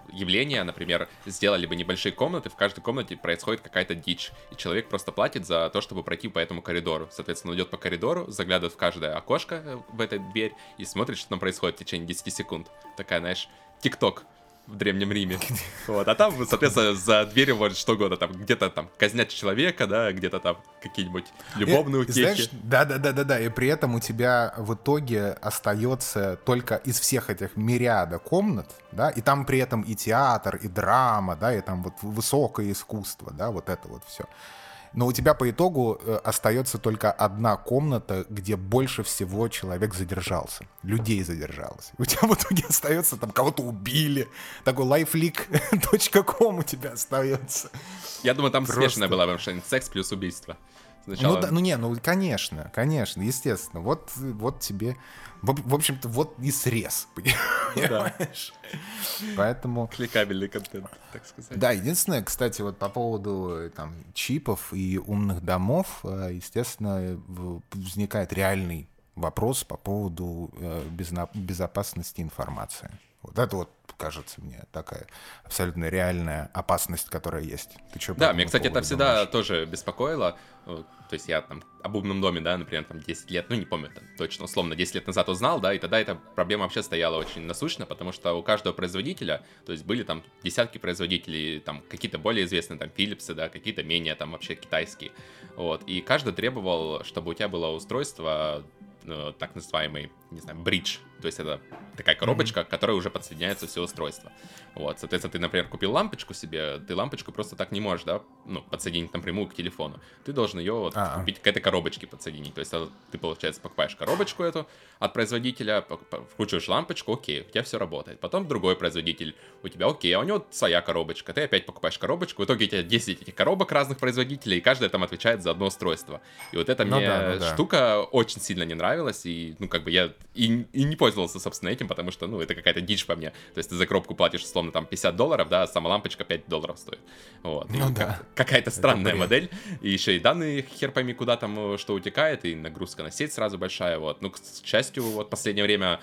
явления, например, сделали бы небольшие комнаты, в каждой комнате происходит какая-то дичь, и человек просто платит за то, чтобы пройти по этому коридору. Соответственно, он идет по коридору, заглядывает в каждое окошко в эту дверь и смотрит, что там происходит в течение десяти секунд. Такая, знаешь, ТикТок в Древнем Риме. Вот. А там, соответственно, за дверью может что угодно. Там где-то там казнят человека, да, где-то там какие-нибудь любовные утехи. Знаешь, да-да-да-да-да. И при этом у тебя в итоге остается только из всех этих мириада комнат, да, и там при этом и театр, и драма, да, и там вот высокое искусство, да, вот это вот все. Но у тебя по итогу остается только одна комната, где больше всего человек задержался, людей задержалось. У тебя в итоге остается, там кого-то убили, такой лайфлик точка ком у тебя остается. Я думаю, там Просто... смешанная была потому что секс плюс убийство. Сначала... Ну, да, ну не, ну конечно, конечно, естественно. Вот, вот тебе, в, в общем-то, вот и срез, понимаешь? Да. Поэтому... Кликабельный контент, так сказать. Да, единственное, кстати, вот по поводу там чипов и умных домов, естественно, возникает реальный вопрос по поводу безопасности информации. Вот это вот, кажется мне, такая абсолютно реальная опасность, которая есть. Ты что, да, меня, кстати, это всегда думаешь? Тоже беспокоило. То есть я там об умном доме, да, например, там десять лет, ну не помню, там, точно, условно, десять лет назад узнал, да, и тогда эта проблема вообще стояла очень насущно, потому что у каждого производителя, то есть были там десятки производителей, там какие-то более известные, там, Philips, да, какие-то менее, там, вообще китайские, вот, и каждый требовал, чтобы у тебя было устройство, так называемый, не знаю, бридж, то есть это такая коробочка, mm-hmm. к которой уже подсоединяются все устройства. Вот, соответственно, ты, например, купил лампочку себе, ты лампочку просто так не можешь, да, ну, подсоединить напрямую к телефону. Ты должен ее вот, uh-huh. купить к этой коробочке подсоединить. То есть ты, получается, покупаешь коробочку эту от производителя, вкручиваешь лампочку, окей, у тебя все работает. Потом другой производитель, у тебя окей, а у него своя коробочка. Ты опять покупаешь коробочку, в итоге у тебя десять этих коробок разных производителей, и каждая там отвечает за одно устройство. И вот эта ну мне да, ну да. штука очень сильно не нравилась, и, ну, как бы я и, и не пользовался, собственно, этим, потому что, ну, это какая-то дичь по мне. То есть ты за коробку платишь, условно, там, пятьдесят долларов, да, а сама лампочка пять долларов стоит. Вот. Ну, да. Какая-то странная модель. И еще и данные хер пойми куда там, что утекает, и нагрузка на сеть сразу большая, вот. Ну, к счастью, вот в последнее время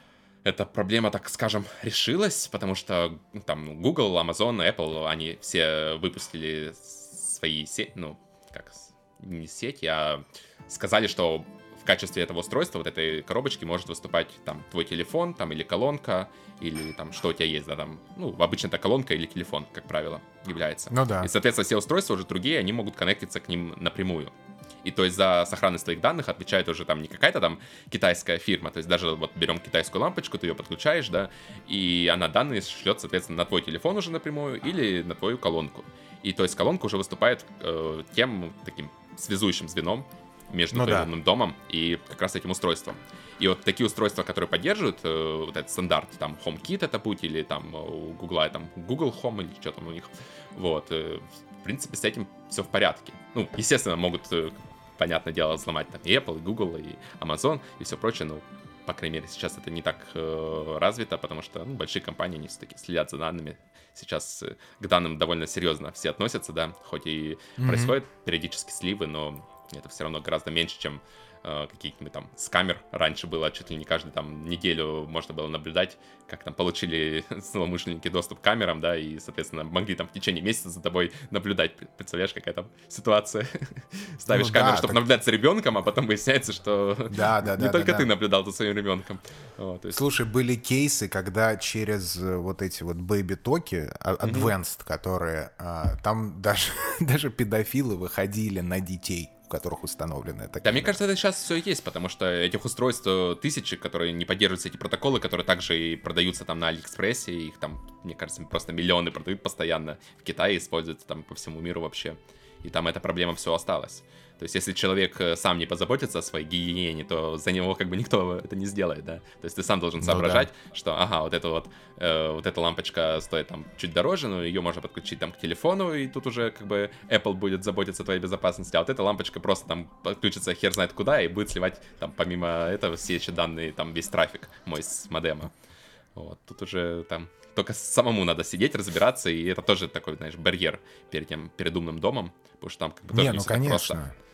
эта проблема, так скажем, решилась, потому что там Google, Amazon, Apple, они все выпустили свои сети, ну, как, не сети, а сказали, что в качестве этого устройства, вот этой коробочки, может выступать там твой телефон, там, или колонка, или там, что у тебя есть, да, там, ну, обычно это колонка или телефон, как правило, является. Ну да. И, соответственно, все устройства уже другие, они могут коннектиться к ним напрямую. И то есть за сохранность твоих данных отвечает уже там не какая-то там китайская фирма, то есть даже вот берем китайскую лампочку, ты ее подключаешь, да, и она данные шлет, соответственно, на твой телефон уже напрямую или на твою колонку. И то есть колонка уже выступает э, тем таким связующим звеном между ну, твоим да. домом и как раз этим устройством. И вот такие устройства, которые поддерживают э, вот этот стандарт, там HomeKit это будь, или там у Google, там Google Home, или что там у них, вот, э, в принципе, с этим все в порядке. Ну, естественно, могут, э, понятное дело, взломать там и Apple, и Google, и Amazon, и все прочее, но, по крайней мере, сейчас это не так э, развито, потому что, ну, большие компании, они все-таки следят за данными. Сейчас э, к данным довольно серьезно все относятся, да, хоть и mm-hmm. происходят периодически сливы, но это все равно гораздо меньше, чем э, какие-нибудь там с камер. Раньше было чуть ли не каждую там неделю можно было наблюдать, как там получили злоумышленники доступ к камерам, да, и, соответственно, могли там в течение месяца за тобой наблюдать. Представляешь, какая там ситуация? Ставишь ну, камеру, да, чтобы так... наблюдать за ребенком, а потом выясняется, что да, да, не да, только да, ты да. наблюдал за своим ребенком. Вот, то есть... Слушай, были кейсы, когда через вот эти вот бэйби-токи, advanced, mm-hmm. которые, а, там даже, даже педофилы выходили на детей, у которых установлены такие. Да, мне кажется, это сейчас все есть, потому что этих устройств тысячи, которые не поддерживаются, эти протоколы, которые также и продаются там на Алиэкспрессе, их там, мне кажется, просто миллионы продают постоянно. В Китае используются там по всему миру вообще. И там эта проблема все осталась. То есть, если человек сам не позаботится о своей гигиене, то за него как бы никто это не сделает, да. То есть, ты сам должен соображать, ну, да. что, ага, вот эта вот, э, вот эта лампочка стоит там чуть дороже, но ее можно подключить там к телефону, и тут уже как бы Apple будет заботиться о твоей безопасности, а вот эта лампочка просто там подключится хер знает куда и будет сливать там помимо этого все еще данные, там весь трафик мой с модема. Вот, тут уже там только самому надо сидеть, разбираться, и это тоже такой, знаешь, барьер перед тем, перед умным домом, потому что там как бы тоже не, не ну все так конечно. просто.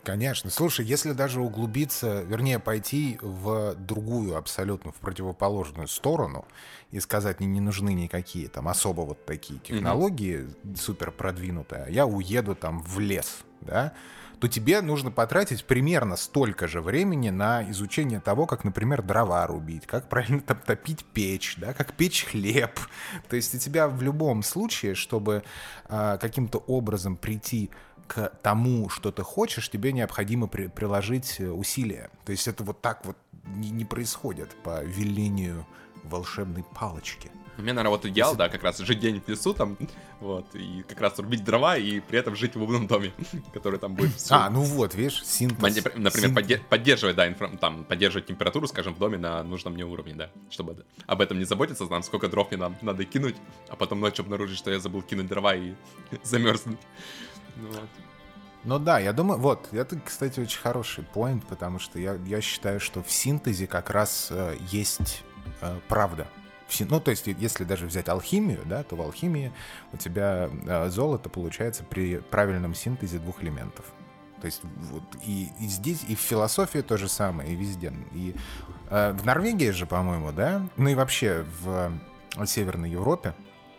Конечно. Слушай, если даже углубиться, вернее, пойти в другую, абсолютно в противоположную сторону и сказать, мне не нужны никакие там особо вот такие технологии mm-hmm. супер продвинутые, я уеду там в лес, да, то тебе нужно потратить примерно столько же времени на изучение того, как, например, дрова рубить, как правильно там топить печь, да, как печь хлеб. То есть у тебя в любом случае, чтобы э, каким-то образом прийти к тому, что ты хочешь, тебе необходимо при- приложить усилия. То есть это вот так вот не, не происходит по велению волшебной палочки. У меня, наверное, вот идеал, Если... да, как раз жить день в лесу там, вот, и как раз рубить дрова и при этом жить в умном доме, который там будет... Все... А, ну вот, видишь, синтез. Например, Син... подде- поддерживать, да, инфра... там, поддерживать температуру, скажем, в доме на нужном мне уровне, да, чтобы об этом не заботиться, там, сколько дров мне нам надо кинуть, а потом ночью обнаружить, что я забыл кинуть дрова и замерзнуть. Ну, вот. Ну да, я думаю, вот, это, кстати, очень хороший поинт, потому что я, я считаю, что в синтезе как раз э, есть э, правда. Ну, то есть, если даже взять алхимию, да, то в алхимии у тебя э, золото получается при правильном синтезе двух элементов. То есть, вот, и, и здесь, и в философии то же самое, и везде. И э, в Норвегии же, по-моему, да, ну и вообще в э, Северной Европе,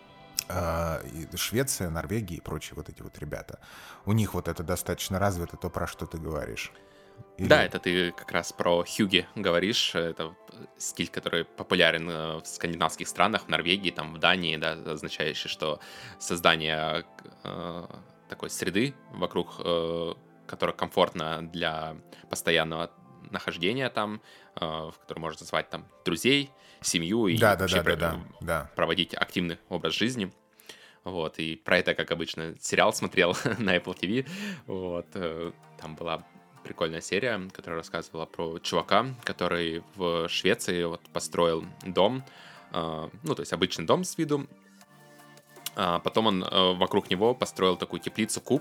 Швеция, Норвегия и прочие вот эти вот ребята. У них вот это достаточно развито, то, про что ты говоришь. Или... Да, это ты как раз про хюге говоришь. Это стиль, который популярен в скандинавских странах, в Норвегии, там, в Дании, да, означающий, что создание э, такой среды вокруг, э, которая комфортна для постоянного нахождения там, э, в которой можно звать там друзей, семью и да, да, вообще да, про- да, да. проводить активный образ жизни. Вот, и про это, как обычно, сериал смотрел на Apple ти ви. Вот, там была прикольная серия, которая рассказывала про чувака, который в Швеции вот построил дом, ну, то есть обычный дом с виду. А потом он вокруг него построил такую теплицу-куб,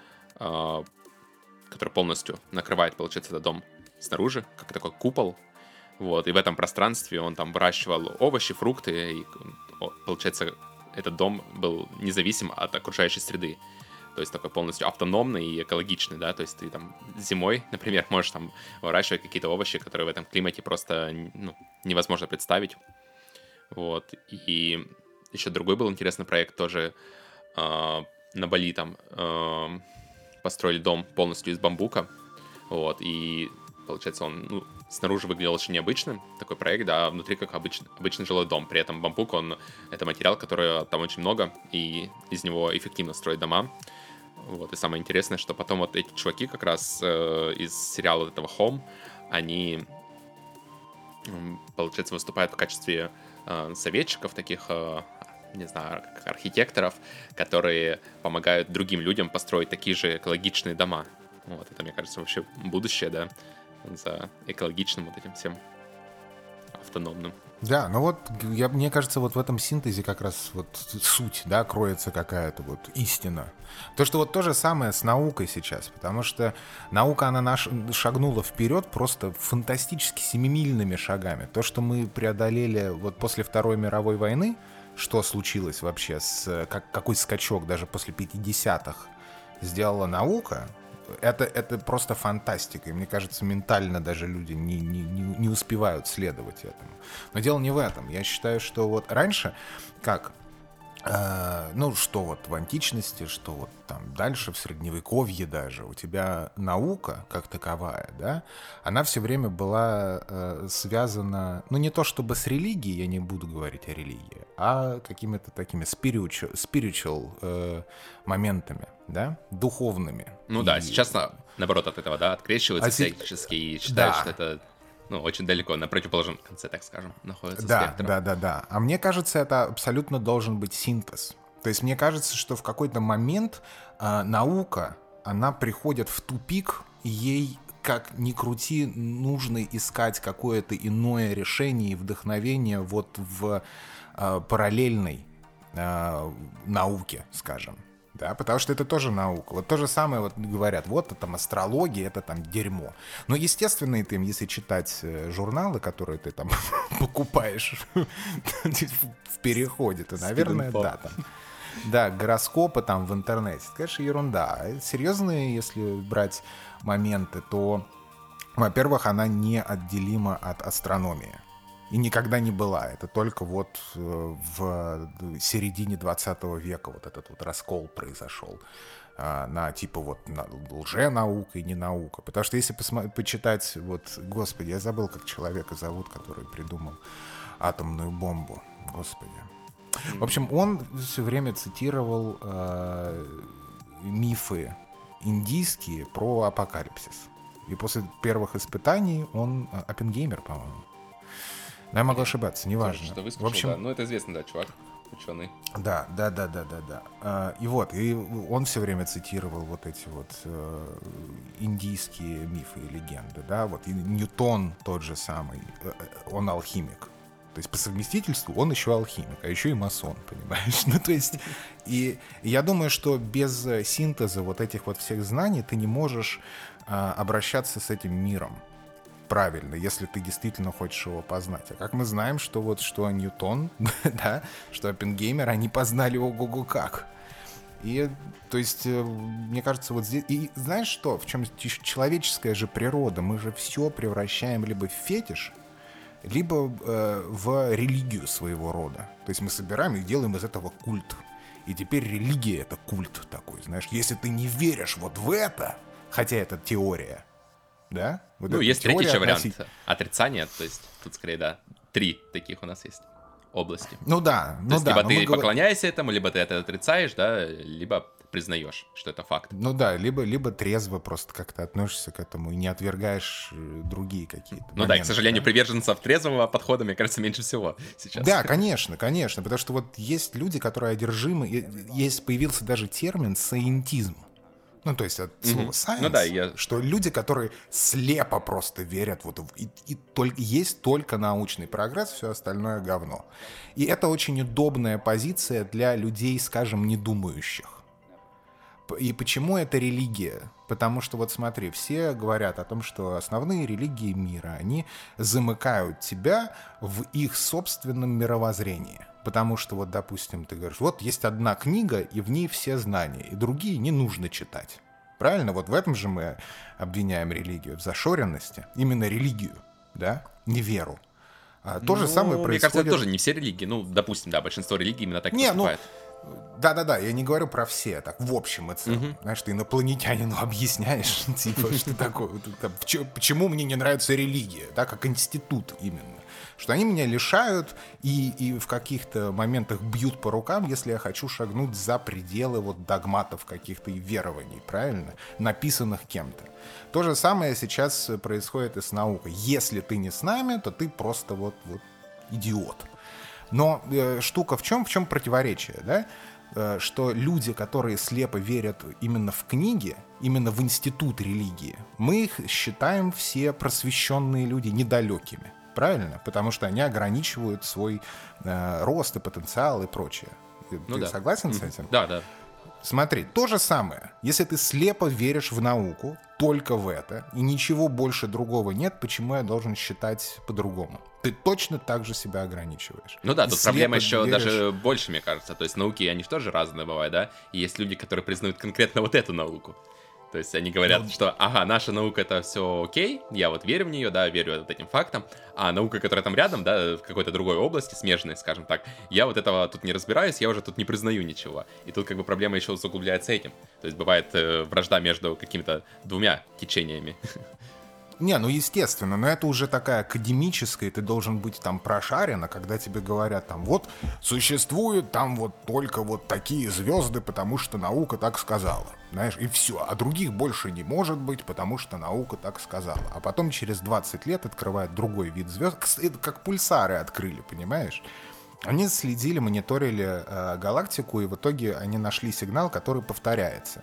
который полностью накрывает, получается, этот дом снаружи, как такой купол. Вот, и в этом пространстве он там выращивал овощи, фрукты, и, получается, этот дом был независим от окружающей среды. То есть такой полностью автономный и экологичный, да, то есть ты там зимой, например, можешь там выращивать какие-то овощи, которые в этом климате просто, ну, невозможно представить. Вот, и еще другой был интересный проект тоже э, на Бали там э, построили дом полностью из бамбука, вот, и получается он, ну, снаружи выглядел очень необычным, такой проект, да, а внутри как обычный, обычный жилой дом. При этом бамбук, он, это материал, который там очень много, и из него эффективно строить дома. Вот, и самое интересное, что потом вот эти чуваки как раз э, из сериала вот этого Home, они, э, получается, выступают в качестве э, советчиков, таких, э, не знаю, как архитекторов, которые помогают другим людям построить такие же экологичные дома. Вот, это, мне кажется, вообще будущее, да, за экологичным вот этим всем автономным. Да, ну вот, я, мне кажется, вот в этом синтезе как раз вот суть, да, кроется какая-то вот истина. То, что вот то же самое с наукой сейчас, потому что наука, она наш, шагнула вперед просто фантастически семимильными шагами. То, что мы преодолели вот после Второй мировой войны, что случилось вообще, с, как, какой скачок даже после пятидесятых сделала наука, Это, это просто фантастика. И мне кажется, ментально даже люди не, не, не, не успевают следовать этому. Но дело не в этом. Я считаю, что вот раньше, как, э, ну, что вот в античности, что вот там дальше, в Средневековье даже, у тебя наука, как таковая, да, она все время была э, связана, ну, не то чтобы с религией, я не буду говорить о религии, а какими-то такими spiritual, spiritual э, моментами, да, духовными. Ну и... да, сейчас наоборот от этого, да, открещиваются а всячески и считают, да. что это, ну, очень далеко, на противоположном конце, так скажем, находится да, спектр. Да, да, да. А мне кажется, это абсолютно должен быть синтез. То есть мне кажется, что в какой-то момент э, наука, она приходит в тупик, и ей, как ни крути, нужно искать какое-то иное решение и вдохновение вот в э, параллельной э, науке, скажем. Да, потому что это тоже наука. Вот то же самое вот говорят, вот это там астрология, это там дерьмо. Но естественно, ты, если читать журналы, которые ты там покупаешь в переходе, то, наверное, да, там. да, гороскопы там в интернете. Это, конечно, ерунда. Серьезные, если брать моменты, то, во-первых, она неотделима от астрономии. И никогда не была. Это только вот в середине двадцатого века вот этот вот раскол произошел на типа вот на лженаука и не наука. Потому что если посмотри, почитать, вот, господи, я забыл, как человека зовут, который придумал атомную бомбу. Господи. В общем, он все время цитировал э, мифы индийские про апокалипсис. И после первых испытаний он... Оппенгеймер, по-моему. Но я могу ошибаться, неважно. Что выскочил, в общем, да. Ну, это известный, да, чувак, ученый. Да, да, да, да, да, да. А, и вот, и он все время цитировал вот эти вот э, индийские мифы и легенды, да, вот. И Ньютон тот же самый, э, он алхимик. То есть по совместительству он еще алхимик, а еще и масон, понимаешь? Ну, то есть, и, и я думаю, что без синтеза вот этих вот всех знаний ты не можешь э, обращаться с этим миром правильно, если ты действительно хочешь его познать. А как мы знаем, что вот что Ньютон, да, что Оппенгеймер, они познали ого-го как. И, то есть, мне кажется, вот здесь... И знаешь что? В чем человеческая же природа? Мы же все превращаем либо в фетиш, либо э, в религию своего рода. То есть мы собираем и делаем из этого культ. И теперь религия — это культ такой, знаешь. Если ты не веришь вот в это, хотя это теория, да? Вот ну, есть третий еще относи... вариант отрицания, то есть тут скорее, да, три таких у нас есть области. Ну да, ну то есть, да. либо ты говор... поклоняешься этому, либо ты это отрицаешь, да, либо признаешь, что это факт. Ну да, либо, либо трезво просто как-то относишься к этому и не отвергаешь другие какие-то Ну моменты, да, и, к сожалению, да? приверженцев трезвого подхода, мне кажется, меньше всего сейчас. Да, конечно, конечно, потому что вот есть люди, которые одержимы, есть появился даже термин «саентизм». Ну, то есть от слова science, ну, да, я... что люди, которые слепо просто верят, вот, и, и только, есть только научный прогресс, все остальное говно. И это очень удобная позиция для людей, скажем, недумающих. И почему это религия? Потому что, вот смотри, все говорят о том, что основные религии мира, они замыкают тебя в их собственном мировоззрении. Потому что, вот, допустим, ты говоришь, вот есть одна книга, и в ней все знания, и другие не нужно читать. Правильно? Вот в этом же мы обвиняем религию, в зашоренности. Именно религию, да? Не веру. А то ну, же самое происходит... Мне кажется, это тоже не все религии. Ну, допустим, да, большинство религий именно так и не, поступает. Ну... Да-да-да, я не говорю про все, так, в общем и целом. Uh-huh. Знаешь, ты инопланетянину объясняешь, типа, что такое, почему мне не нравится религия, да, как институт именно. Что они меня лишают и, и в каких-то моментах бьют по рукам, если я хочу шагнуть за пределы вот догматов каких-то и верований, правильно? Написанных кем-то. То же самое сейчас происходит и с наукой. Если ты не с нами, то ты просто вот, вот идиот. Но э, штука в чем? В чем противоречие, да? Э, что люди, которые слепо верят именно в книги, именно в институт религии, мы их считаем все просвещенные люди недалекими, правильно? Потому что они ограничивают свой э, рост и потенциал и прочее. Ну Ты да. согласен с этим? Да, да. Смотри, то же самое. Если ты слепо веришь в науку, только в это, и ничего больше другого нет, почему я должен считать по-другому? Ты точно так же себя ограничиваешь. Ну да, тут проблема еще веришь... даже больше, мне кажется. То есть науки, они же тоже разные бывают, да? И есть люди, которые признают конкретно вот эту науку. То есть они говорят, ну, что, ага, наша наука — это все окей, я вот верю в нее, да, верю вот этим фактам, а наука, которая там рядом, да, в какой-то другой области, смежной, скажем так, я вот этого тут не разбираюсь, я уже тут не признаю ничего. И тут как бы проблема еще усугубляется этим. То есть бывает э, вражда между какими-то двумя течениями. Не, ну естественно, но это уже такая академическая, ты должен быть там прошарен, а когда тебе говорят там, вот, существуют там вот только вот такие звезды, потому что наука так сказала, знаешь, и все, а других больше не может быть, потому что наука так сказала. А потом через двадцать лет открывают другой вид звезд, это как пульсары открыли, понимаешь? Они следили, мониторили э, галактику, и в итоге они нашли сигнал, который повторяется.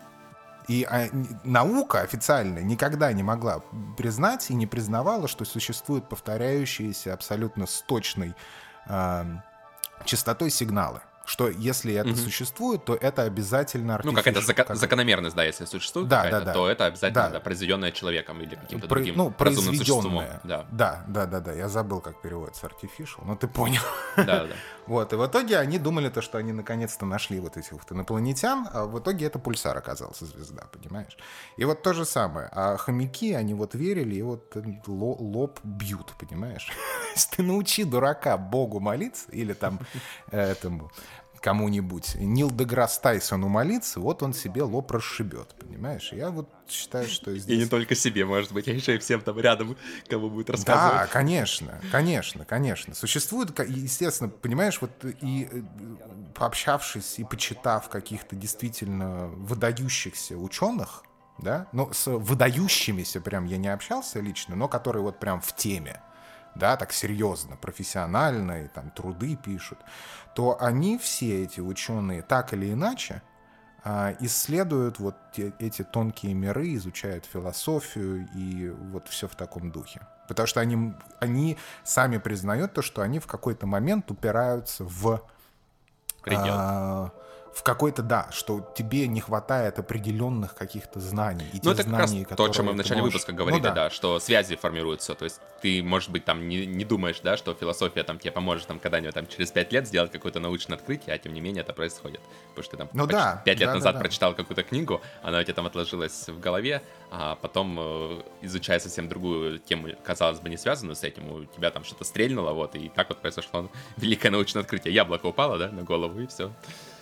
И а, наука официально никогда не могла признать и не признавала, что существуют повторяющиеся абсолютно с точной э, частотой сигналы. Что если это Мгм. существует, то это обязательно Ну, какая-то artificial, зака- как- закономерность, да, если существует Да, какая-то, да, да. то это обязательно Да. да, произведенная человеком или каким-то Про- другим ну, разумным существом. произведенное. Да, Да, да, да, да. Я забыл, как переводится artificial, но ты понял. да, да. Вот, и в итоге они думали, то, что они наконец-то нашли вот этих вот инопланетян, а в итоге это пульсар оказался, звезда, понимаешь? И вот то же самое. А хомяки, они вот верили, и вот ло- лоб бьют, понимаешь? Если ты научи дурака Богу молиться, или там э, этому кому-нибудь, Нил Деграсс Тайсону молиться, вот он себе лоб расшибет, понимаешь? Я вот считаю, что И не здесь... только себе, может быть, а еще и всем там рядом, кому будет рассказывать. Да, конечно, конечно, конечно. Существует, ка- естественно, понимаешь, вот и э, пообщавшись и почитав каких-то действительно выдающихся ученых, да, ну, с выдающимися прям я не общался лично, но которые вот прям в теме, да, так серьезно, профессионально, и там труды пишут, то они, все эти ученые, так или иначе, а, исследуют вот те- эти тонкие миры, изучают философию и вот все в таком духе. Потому что они, они сами признают то, что они в какой-то момент упираются в... Предел. а, в какой-то, да, что тебе не хватает определенных каких-то знаний. И Ну, те это как раз знаний, то, о чем мы в которые ты начале можешь- выпуска говорили, Ну да. что связи формируются. То есть ты, может быть, там не, не думаешь, да, что философия там тебе поможет там когда-нибудь там через пять лет сделать какое-то научное открытие, а тем не менее это происходит. Потому что ты там Ну почти да, пять лет да, да, назад да. прочитал какую-то книгу, она у тебя там отложилась в голове, а потом, э, изучая совсем другую тему, казалось бы, не связанную с этим, у тебя там что-то стрельнуло, вот, и так вот произошло великое научное открытие. Яблоко упало, да, на голову, и все.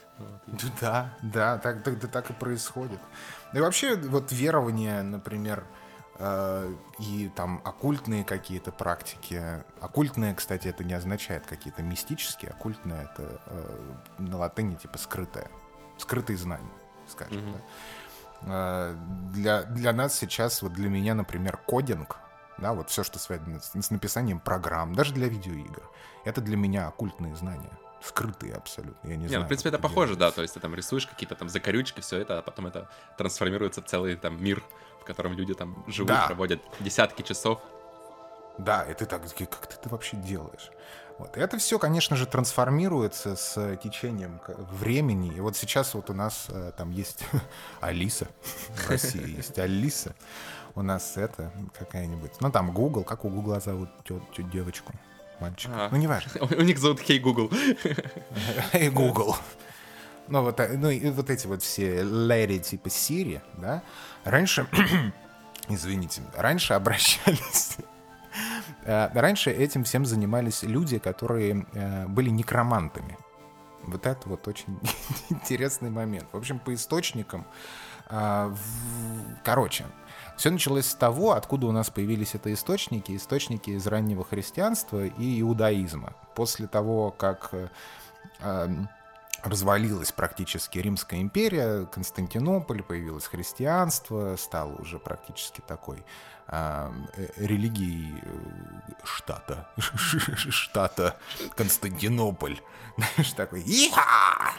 Да, да, так, так, да, так и происходит. Ну и вообще, вот верование, например, э, и там оккультные какие-то практики. Оккультные, кстати, это не означает какие-то мистические. Оккультные — это э, на латыни типа скрытое. Скрытые знания, скажем. Мгм. Да? Э, для, для нас сейчас, вот для меня, например, кодинг, да, вот все, что связано с, с написанием программ, даже для видеоигр, это для меня оккультные знания. Скрытые абсолютно, я не, Не, знаю. ну, в принципе, как это похоже, да, делается. то есть ты там рисуешь какие-то там закорючки, все это, а потом это трансформируется в целый там мир, в котором люди там живут, Да. проводят десятки часов. Да, и ты так, как ты это вообще делаешь? Вот. И это все, конечно же, трансформируется с течением к- времени. И вот сейчас вот у нас э, там есть Алиса, в России есть Алиса. У нас это какая-нибудь, ну там Google, как у Гугла зовут тё- тё- девочку, мальчика. Ага. Ну, неважно. У них зовут Hey Google. Эй, Google. Ну, вот, э, ну, и вот эти вот все леди типа Siri, да, раньше, извините, раньше обращались... э, Раньше этим всем занимались люди, которые э, были некромантами. Вот это вот очень интересный момент. В общем, по источникам... э, в- Короче, все началось с того, откуда у нас появились это источники. Источники из раннего христианства и иудаизма. После того, как... э, эм, развалилась практически Римская империя, Константинополь, появилось христианство, стало уже практически такой а, э, религией э, штата, штата Константинополь. Знаешь, такой «Иха!»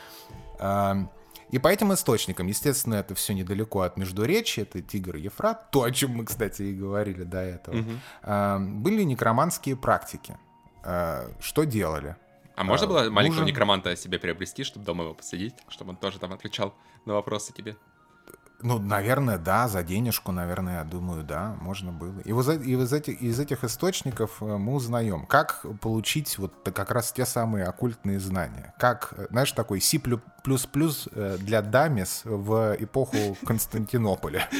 А, И по этим источникам, естественно, это все недалеко от Междуречья, это Тигр и Ефрат, то, о чем мы, кстати, и говорили до этого, Мгм. а, были некроманские практики. А, Что делали? А можно А, было маленького нужен- некроманта себе приобрести, чтобы дома его посадить, чтобы он тоже там отвечал на вопросы тебе? Ну, наверное, да, за денежку, наверное, я думаю, да, можно было. И, вот, и из, этих, из этих источников э, мы узнаем, как получить вот т- как раз те самые оккультные знания. Как, э, знаешь, такой C++ э, для Дамис в эпоху Константинополя.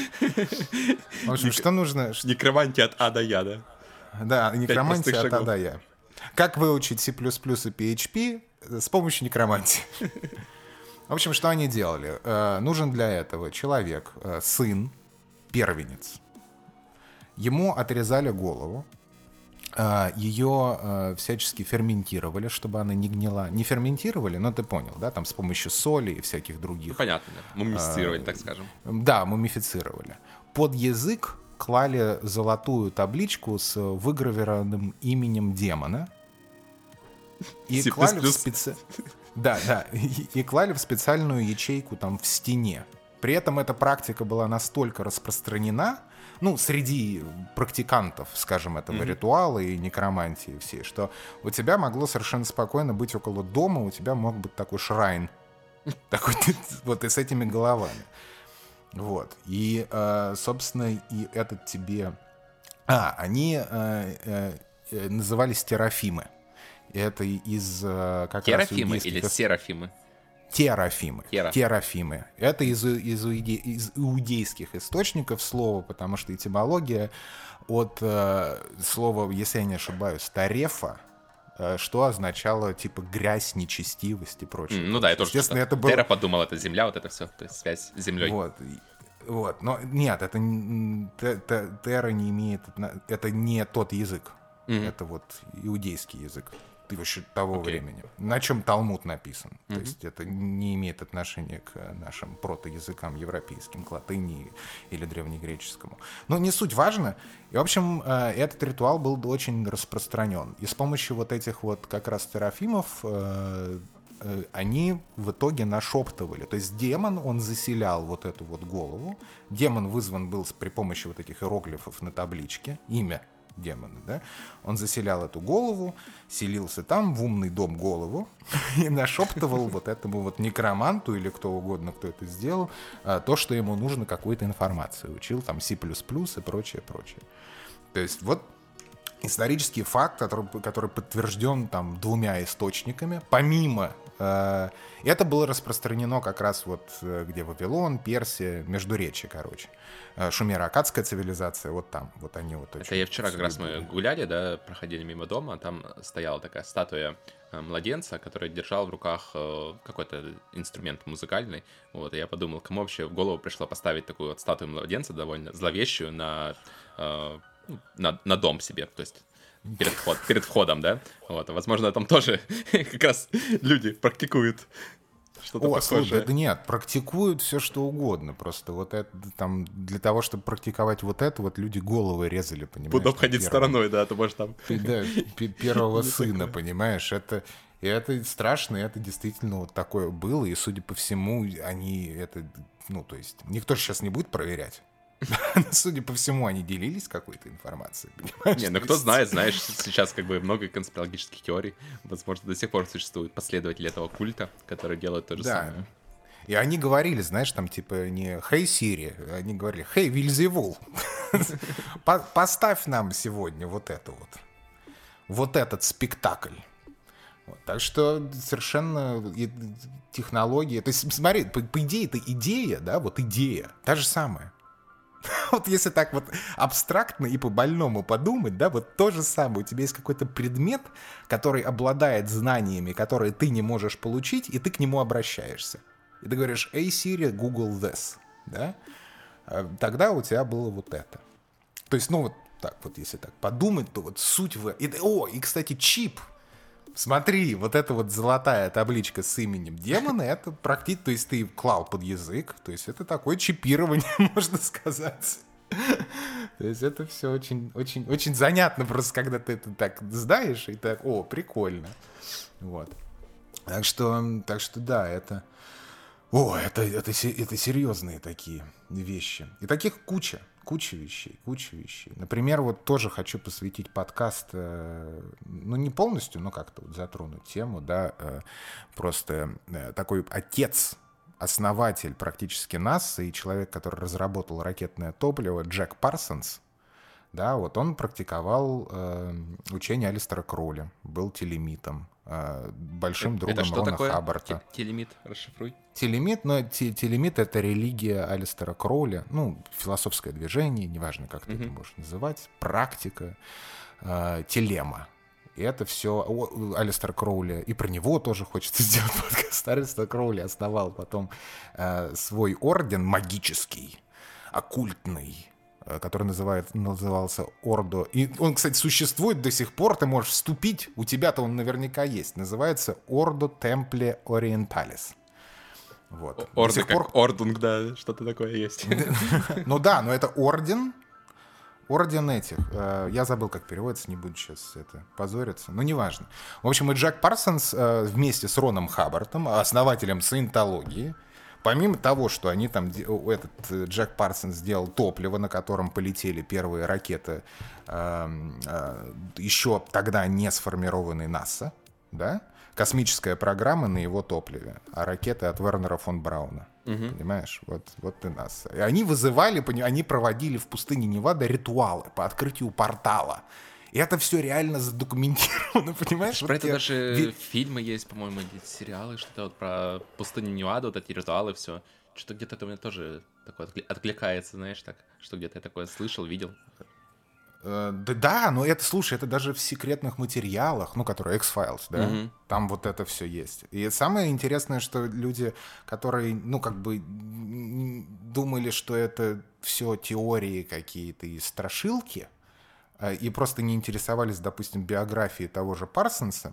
В общем, что нужно... ш- Некромантия от А до Я, да? Да, некромантия простых от шагов. А до Я. Как выучить C++ и пи эйч пи с помощью некромантии. В общем, что они делали? Э, нужен для этого человек, э, сын, первенец. Ему отрезали голову, э, ее э, всячески ферментировали, чтобы она не гнила. Не ферментировали, но ты понял, да, там с помощью соли и всяких Ну, других. понятно, да. Мумифицировали, так скажем. Да, мумифицировали. Под язык клали золотую табличку с выгравированным именем демона. И C++. клали в специ... Да, да. И, и клали в специальную ячейку там в стене. При этом эта практика была настолько распространена, ну, среди практикантов, скажем, этого mm-hmm. ритуала и некромантии всей, что у тебя могло совершенно спокойно быть около дома, у тебя мог быть такой шрайн, такой вот и с этими головами. Вот. И, собственно, и этот тебе... А, они назывались терафимы. Это из как Терафимы раз или серафимы? Терафимы. Тера. Терафимы. Это из, из, иуде, из иудейских источников слова, потому что этимология от э, слова, если я не ошибаюсь, тарефа, э, что означало типа грязь, нечестивость и прочее. Mm, ну да, я тоже естественно, это было... Тера подумал, это земля, вот это все, то есть связь с землей. Вот. Вот. Но нет, это Тера не имеет, это не тот язык. Mm-hmm. Это вот иудейский язык еще того okay. времени, на чем Талмуд написан. Mm-hmm. То есть это не имеет отношения к нашим протоязыкам европейским, к латыни или древнегреческому. Но не суть важно. И, в общем, этот ритуал был очень распространен. И с помощью вот этих вот как раз терафимов они в итоге нашептывали. То есть демон, он заселял вот эту вот голову. Демон вызван был при помощи вот этих иероглифов на табличке. Имя демона, да? Он заселял эту голову, селился там, в умный дом голову, и нашептывал вот этому вот некроманту или кто угодно, кто это сделал, то, что ему нужно, какую-то информацию. Учил там C++ и прочее, прочее. То есть вот исторический факт, который, который подтвержден там двумя источниками, помимо... Э, это было распространено как раз вот где Вавилон, Персия, Междуречье, короче. Шумеро-аккадская цивилизация, вот там, вот они вот очень... Это я вчера как раз мы гуляли, да, проходили мимо дома, там стояла такая статуя младенца, который держал в руках какой-то инструмент музыкальный, вот, и я подумал, кому вообще в голову пришло поставить такую вот статую младенца, довольно зловещую, на, на, на дом себе, то есть... Перед, вход, перед входом, да? Вот, возможно, там тоже как раз люди практикуют что-то О, похожее. Слушай, да нет, практикуют все, что угодно. Просто вот это там для того, чтобы практиковать вот это, вот люди головы резали, понимаешь? Буду обходить первого, стороной, да, ты можешь там... Да, первого сына, понимаешь? Это... И это страшно, и это действительно вот такое было. И, судя по всему, они это... Ну, то есть, никто же сейчас не будет проверять. Судя по всему, они делились какой-то информацией, понимаешь? Не, ну кто знает, знаешь, сейчас как бы много конспирологических теорий. Возможно, до сих пор существуют последователи этого культа, которые делают то же да. самое. И они говорили, знаешь, там типа не «Hey Siri», они говорили «Hey Вильзевул, поставь нам сегодня вот это вот, вот этот спектакль». Вот, так что совершенно технология... То есть, смотри, по, по идее, это идея, да, вот идея, та же самая. Вот если так вот абстрактно и по-больному подумать, да, вот то же самое. У тебя есть какой-то предмет, который обладает знаниями, которые ты не можешь получить, и ты к нему обращаешься. И ты говоришь «Hey Siri, Google this», да? Тогда у тебя было вот это. То есть, ну вот так вот, если так подумать, то вот суть в... И, о, и, кстати, чип. Смотри, вот эта вот золотая табличка с именем демона, это практически, то есть ты клал под язык, то есть это такое чипирование, можно сказать. То есть это все очень, очень, очень занятно просто, когда ты это так знаешь, и так, о, прикольно. Вот. Так что, так что да, это... О, это, это, это серьезные такие вещи. И таких куча. Куча вещей, куча вещей. Например, вот тоже хочу посвятить подкаст, э, ну, не полностью, но как-то вот затронуть тему, да, э, просто э, такой отец, основатель практически НАСА и человек, который разработал ракетное топливо, Джек Парсонс, да, вот он практиковал э, учение Алистера Кроули, был телемитом, э, большим это, другом это Рона такое? Хаббарта. Телемит, расшифруй. Телемит, но те, телемит — это религия Алистера Кроули, ну, философское движение, неважно, как ты mm-hmm. это можешь называть, практика, э, телема. И это все Алистер Кроули, и про него тоже хочется сделать подкаст. Алистер Кроули основал потом э, свой орден магический, оккультный, э, который называет, назывался Ордо. И он, кстати, существует до сих пор, ты можешь вступить, у тебя-то он наверняка есть. Называется Ордо Темпле Ориенталис. Вот. Орды как пор... Ордунг, да, что-то такое есть. Ну да, но это орден, орден этих. Я забыл, как переводится, не буду сейчас это позориться, но неважно. В общем, и Джек Парсонс вместе с Роном Хаббартом, основателем саентологии, помимо того, что они там, этот Джек Парсонс сделал топливо, на котором полетели первые ракеты, э, э, еще тогда не сформированной НАСА, да, космическая программа на его топливе, а ракеты от Вернера фон Брауна. Угу. Понимаешь? Вот, вот и нас. И они вызывали, они проводили в пустыне Невада ритуалы по открытию портала. И это все реально задокументировано, понимаешь? Про вот это я... даже Ви... фильмы есть, по-моему, или сериалы, что-то вот про пустыню Неваду, вот эти ритуалы, все. Что-то где-то это у меня тоже такое откликается, знаешь, так, что где-то я такое слышал, видел. Да, да, но это, слушай, это даже в секретных материалах, ну, которые X-Files, да, mm-hmm. там вот это все есть. И самое интересное, что люди, которые, ну, как бы думали, что это все теории какие-то и страшилки, и просто не интересовались, допустим, биографией того же Парсонса,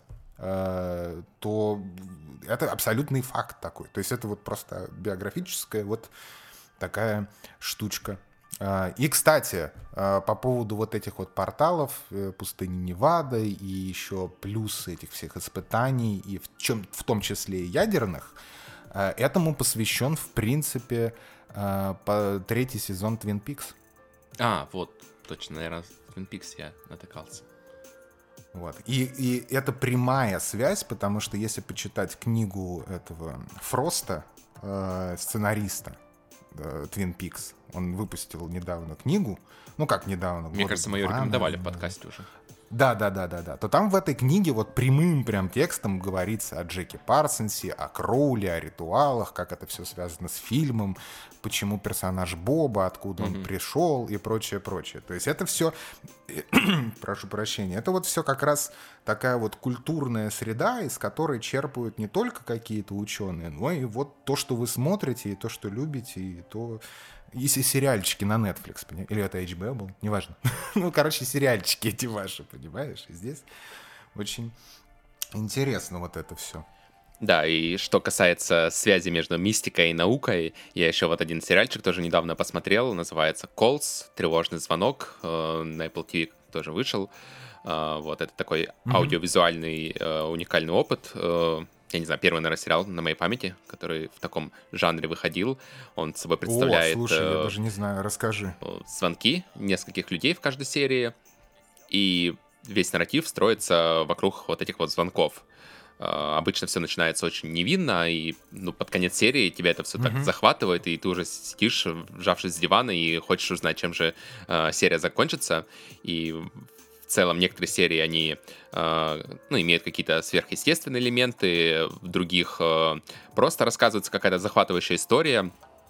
то это абсолютный факт такой. То есть это вот просто биографическая вот такая штучка. И, кстати, по поводу вот этих вот порталов пустыни Невада и еще плюс этих всех испытаний, и в, чем, в том числе и ядерных, этому посвящен, в принципе, третий сезон Twin Peaks. А, вот, точно, наверное, Twin Peaks я натыкался. Вот. И, и это прямая связь, потому что если почитать книгу этого Фроста, сценариста Twin Peaks, он выпустил недавно книгу, ну как недавно. Мне кажется, мы ее рекомендовали в подкасте уже. Да, да, да, да, да. То там в этой книге вот прямым прям текстом говорится о Джеке Парсонсе, о Кроуле, о ритуалах, как это все связано с фильмом, почему персонаж Боба, откуда mm-hmm. он пришел и прочее, прочее. То есть это все, прошу прощения, это вот все как раз такая вот культурная среда, из которой черпают не только какие-то ученые, но и вот то, что вы смотрите, и то, что любите, и то... Если сериальчики на Netflix, понимаешь? Или это эйч би о был, неважно. Ну, короче, сериальчики эти ваши, понимаешь? И здесь очень интересно вот это все. Да, и что касается связи между мистикой и наукой, я еще вот один сериальчик тоже недавно посмотрел, называется «Calls», «Тревожный звонок», на Apple ти ви тоже вышел. Вот, это такой mm-hmm. аудиовизуальный уникальный опыт. Я не знаю, первый, наверное, сериал на моей памяти, который в таком жанре выходил. Он собой представляет... О, слушай, я даже не знаю, расскажи. Звонки нескольких людей в каждой серии, и весь нарратив строится вокруг вот этих вот звонков. Обычно все начинается очень невинно, и ну, под конец серии тебя это все mm-hmm. так захватывает, и ты уже сидишь, вжавшись с дивана, и хочешь узнать, чем же э, серия закончится. И в целом некоторые серии, они э, ну, имеют какие-то сверхъестественные элементы, в других э, просто рассказывается какая-то захватывающая история.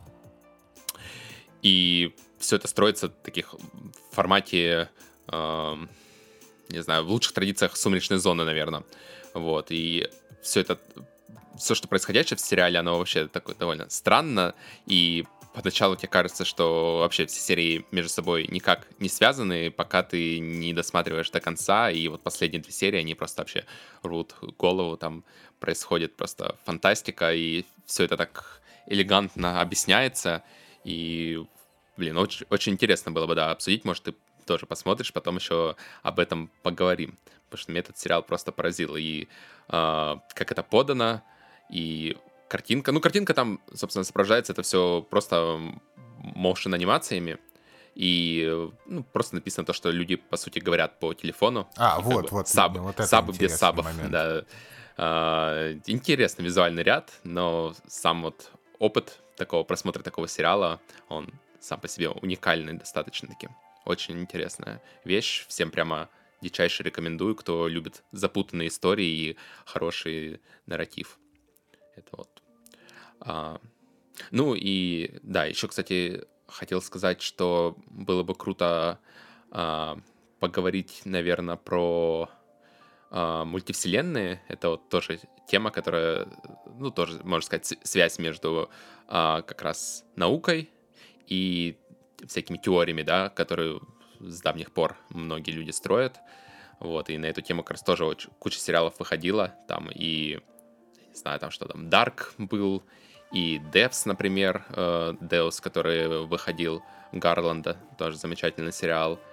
И все это строится в таких в формате, э, не знаю, в лучших традициях «Сумеречной зоны», наверное. Вот, и все это, все, что происходящее в сериале, оно вообще такое довольно странно, и поначалу тебе кажется, что вообще все серии между собой никак не связаны, пока ты не досматриваешь до конца, и вот последние две серии, они просто вообще рвут голову, там происходит просто фантастика, и все это так элегантно объясняется, и, блин, очень, очень интересно было бы, да, обсудить, может, ты тоже посмотришь, потом еще об этом поговорим. Потому что меня этот сериал просто поразил. И э, как это подано, и картинка. Ну, картинка там, собственно, сопровождается это все просто моушен-анимациями. И ну, просто написано то, что люди, по сути, говорят по телефону. А, и, вот, бы, вот. Саб, вот саб без сабов. Момент. Да. Э, интересный визуальный ряд, но сам вот опыт такого просмотра такого сериала, он сам по себе уникальный достаточно-таки. Очень интересная вещь. Всем прямо дичайше рекомендую, кто любит запутанные истории и хороший нарратив. Это вот. А, ну и да, еще, кстати, хотел сказать, что было бы круто а, поговорить, наверное, про а, мультивселенные. Это вот тоже тема, которая, ну, тоже, можно сказать, связь между а, как раз наукой и всякими теориями, да, которые с давних пор многие люди строят. Вот, и на эту тему как раз тоже очень, куча сериалов выходила. Там и, не знаю, там что там, Dark был, и Devs, например, Deus, который выходил, Гарланда, тоже замечательный сериал.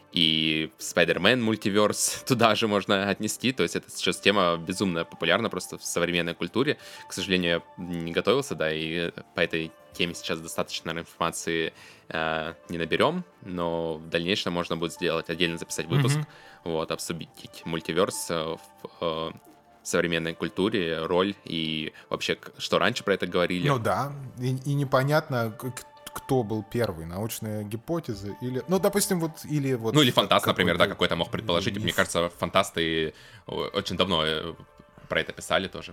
и Spider-Man мультиверс туда же можно отнести, то есть это сейчас тема безумно популярна просто в современной культуре. К сожалению, я не готовился, да, и по этой теме сейчас достаточно информации э, не наберем, но в дальнейшем можно будет сделать, отдельно записать выпуск, mm-hmm. вот, обсудить мультиверс в э, современной культуре, роль и вообще, что раньше про это говорили. Ну да, и, и непонятно, кто был первый, научная гипотеза или... Ну, допустим, вот... Или вот ну, или фантаст, например, да, какой-то мог предположить. И... Мне кажется, фантасты очень давно про это писали тоже.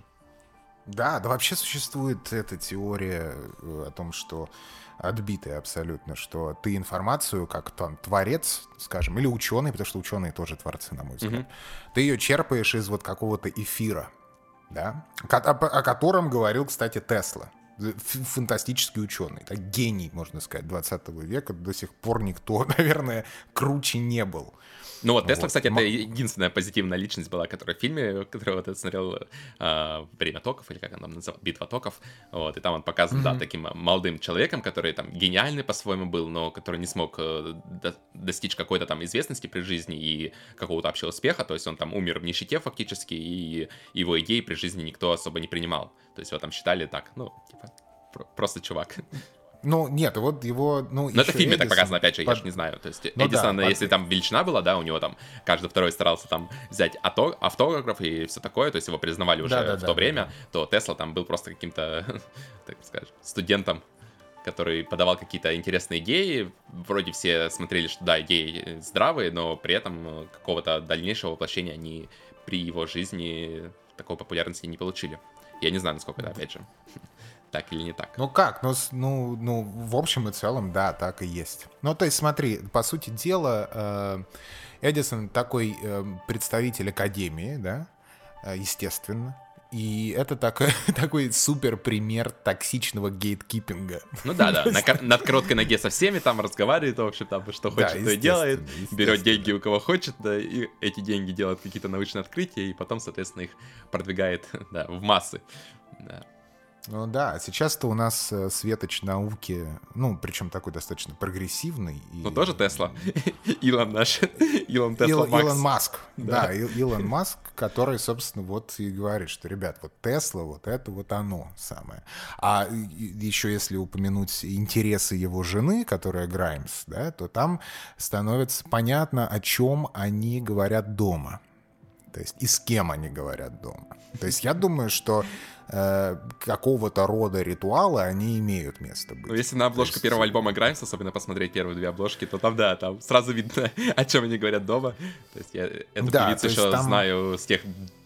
Да, да вообще существует эта теория о том, что отбитая абсолютно, что ты информацию, как там творец, скажем, или ученый, потому что ученые тоже творцы, на мой взгляд, mm-hmm. ты ее черпаешь из вот какого-то эфира, да, о, о котором говорил, кстати, Тесла. Фантастический ученый, так, гений, можно сказать, двадцатого века. До сих пор никто, наверное, круче не был. Ну вот, Тесла, вот. Кстати, это единственная позитивная личность была, которая в фильме, который вот я смотрел, э, «Время токов», или как он там называл, «Битва токов», вот, и там он показан, mm-hmm. да, таким молодым человеком, который там гениальный по-своему был, но который не смог э, до- достичь какой-то там известности при жизни и какого-то общего успеха, то есть он там умер в нищете фактически, и его идеи при жизни никто особо не принимал, то есть его там считали так, ну, типа, просто чувак. Ну, нет, вот его... Ну, но это в фильме Эдисон, так показано, опять же, под... я же не знаю. То есть ну, Эдисон, да, если под... там величина была, да, у него там каждый второй старался там взять авто... автограф и все такое, то есть его признавали уже да, да, в да, то да, время, да. то Тесла там был просто каким-то, так сказать, студентом, который подавал какие-то интересные идеи. Вроде все смотрели, что да, идеи здравые, но при этом какого-то дальнейшего воплощения они при его жизни такой популярности не получили. Я не знаю, насколько это, опять же... так или не так? Ну как? Ну, ну, ну, в общем и целом, да, так и есть. Ну, то есть, смотри, по сути дела, э, Эдисон такой э, представитель академии, да, э, естественно. И это такой, такой супер пример токсичного гейткипинга. Ну да, да, на, на короткой ноге со всеми там разговаривает, в общем, там, что хочет, да, то и делает, берет деньги у кого хочет, да, и эти деньги делают какие-то научные открытия, и потом, соответственно, их продвигает, да, в массы, да. Ну да, сейчас-то у нас э, светоч науки, ну, причем такой достаточно прогрессивный. И... Ну тоже Тесла. Илон наш. Илон Тесла Макс. Илон Маск. Да, Илон Маск, который, собственно, вот и говорит, что, ребят, вот Тесла, вот это вот оно самое. А еще если упомянуть интересы его жены, которая Граймс, да, то там становится понятно, о чем они говорят дома. То есть и с кем они говорят дома. То есть я думаю, что э, какого-то рода ритуалы они имеют место быть. Ну, если на обложку есть... первого альбома Граймс, особенно посмотреть первые две обложки, то там, да, там сразу видно, о чем они говорят дома. То есть я эту да, певицу еще там... знаю с тех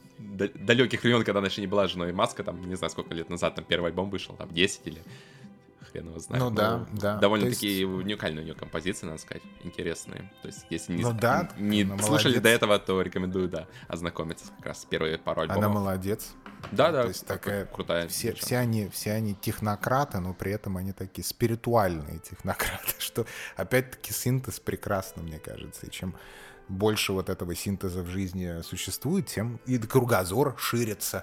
далеких времен, когда она еще не была женой Маска, там, не знаю, сколько лет назад, там первый альбом вышел, там, десять или... хрен его знает. Ну да, да. Довольно-таки есть... уникальные у нее композиции, надо сказать, интересные. То есть, если не, ну, да, не слушали молодец. До этого, то рекомендую, да, ознакомиться как раз с первые пару альбомов. Она молодец. Да, да, то есть такая крутая. Все, все, они, все они технократы, но при этом они такие спиритуальные технократы, что опять-таки синтез прекрасно, мне кажется. И чем больше вот этого синтеза в жизни существует, тем и кругозор ширится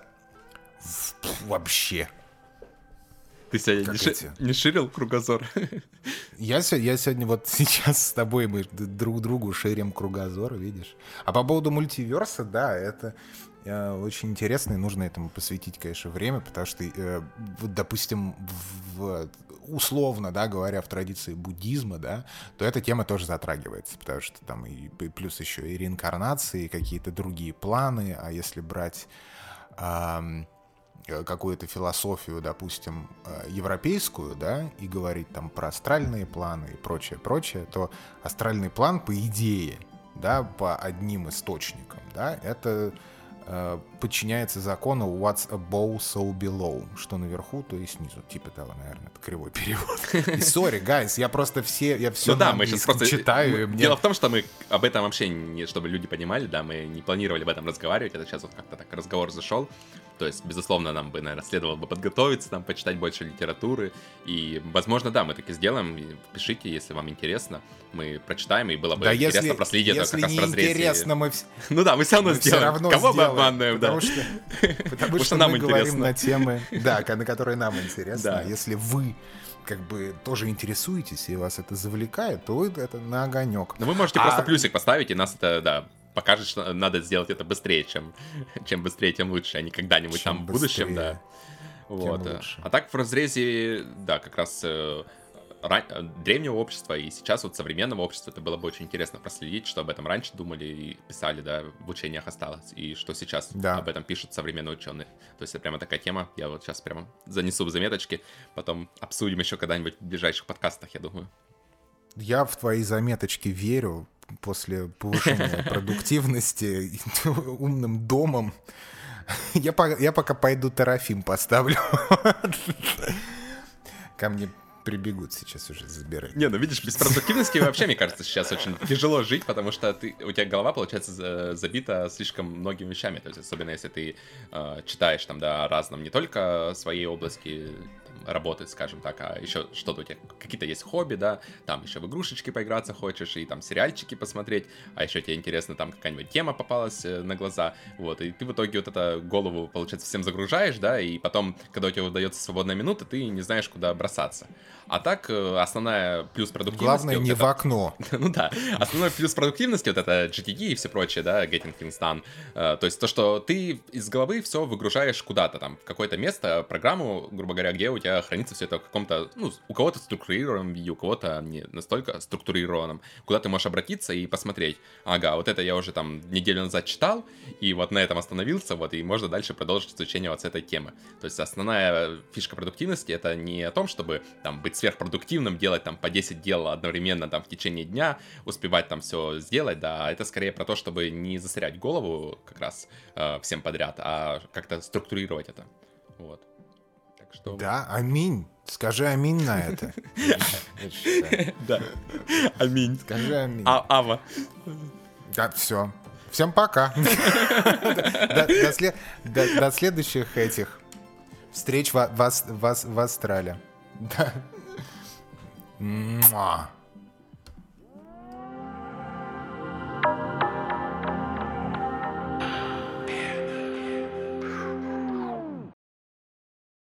вообще. Ты сегодня не, ши... не ширил кругозор? Я, я сегодня вот сейчас с тобой мы друг другу ширим кругозор, видишь. А по поводу мультиверса, да, это э, очень интересно, и нужно этому посвятить, конечно, время, потому что, э, вот, допустим, в, условно, да, говоря, в традиции буддизма, да, то эта тема тоже затрагивается, потому что там и, и плюс еще и реинкарнации, и какие-то другие планы, а если брать... Э, какую-то философию, допустим, европейскую, да, и говорить там про астральные планы и прочее, прочее, то астральный план, по идее, да, по одним источникам, да, это э, подчиняется закону what's above, so below, что наверху, то и снизу, типа того, наверное, это кривой перевод. И sorry, guys, я просто все, я все ну, да, мы сейчас просто читаю. Дело мне... в том, что мы об этом вообще, не, чтобы люди понимали, да, мы не планировали об этом разговаривать, это сейчас вот как-то так разговор зашел. То есть, безусловно, нам бы, наверное, следовало бы подготовиться, там, почитать больше литературы. И, возможно, да, мы так и сделаем. Пишите, если вам интересно. Мы прочитаем, и было бы да интересно если, проследить это как раз в разрезе. Интересно, мы... Ну да, мы все равно мы сделаем. Все равно Кого сделаем. Мы обманываем, Потому что, потому что мы говорим на темы, да, на которые нам интересно. Если вы как бы тоже интересуетесь, и вас это завлекает, то это на огонек. Ну, вы можете а... просто плюсик поставить, и нас это, да, покажет, что надо сделать это быстрее, чем, чем быстрее, тем лучше, а не когда-нибудь чем там в будущем, да. Вот. А так в разрезе, да, как раз э, ран... древнего общества и сейчас вот современного общества, это было бы очень интересно проследить, что об этом раньше думали и писали, да, в учениях осталось, и что сейчас да. об этом пишут современные ученые. То есть это прямо такая тема, я вот сейчас прямо занесу в заметочки, потом обсудим еще когда-нибудь в ближайших подкастах, я думаю. Я в твои заметочки верю после повышения продуктивности умным домом. Я, по, я пока пойду Терафим поставлю. Ко мне прибегут сейчас уже забирать. Не, ну видишь, без продуктивности вообще, мне кажется, сейчас очень тяжело жить, потому что ты, у тебя голова, получается, забита слишком многими вещами. То есть, особенно если ты э, читаешь там, да, о разном, не только своей области там, работы, скажем так, а еще что-то у тебя, какие-то есть хобби, да, там еще в игрушечки поиграться хочешь, и там сериальчики посмотреть, а еще тебе интересно, там какая-нибудь тема попалась на глаза, вот, и ты в итоге вот это голову, получается, всем загружаешь, да, и потом, когда у тебя удается свободная минута, ты не знаешь, куда бросаться. А так, основная плюс продуктивности... Главное, не вот в это... окно. Ну да, основной плюс продуктивности, вот это джи ти ди и все прочее, да, Getting Things Done. То есть то, что ты из головы все выгружаешь куда-то там, в какое-то место, программу, грубо говоря, где у тебя хранится все это в каком-то, ну, у кого-то в структурированном виде, у кого-то не настолько структурированном, куда ты можешь обратиться и посмотреть. Ага, вот это я уже там неделю назад читал, и вот на этом остановился, вот, и можно дальше продолжить изучение вот с этой темы. То есть основная фишка продуктивности — это не о том, чтобы там быть сверхпродуктивным, делать там по десять дел одновременно там в течение дня, успевать там все сделать, да, это скорее про то, чтобы не засорять голову как раз э, всем подряд, а как-то структурировать это, вот. Так что... Да, аминь. Скажи аминь на это. Да, аминь. Скажи аминь. Ава. Да, все. Всем пока. До следующих этих встреч в Австралии. Да.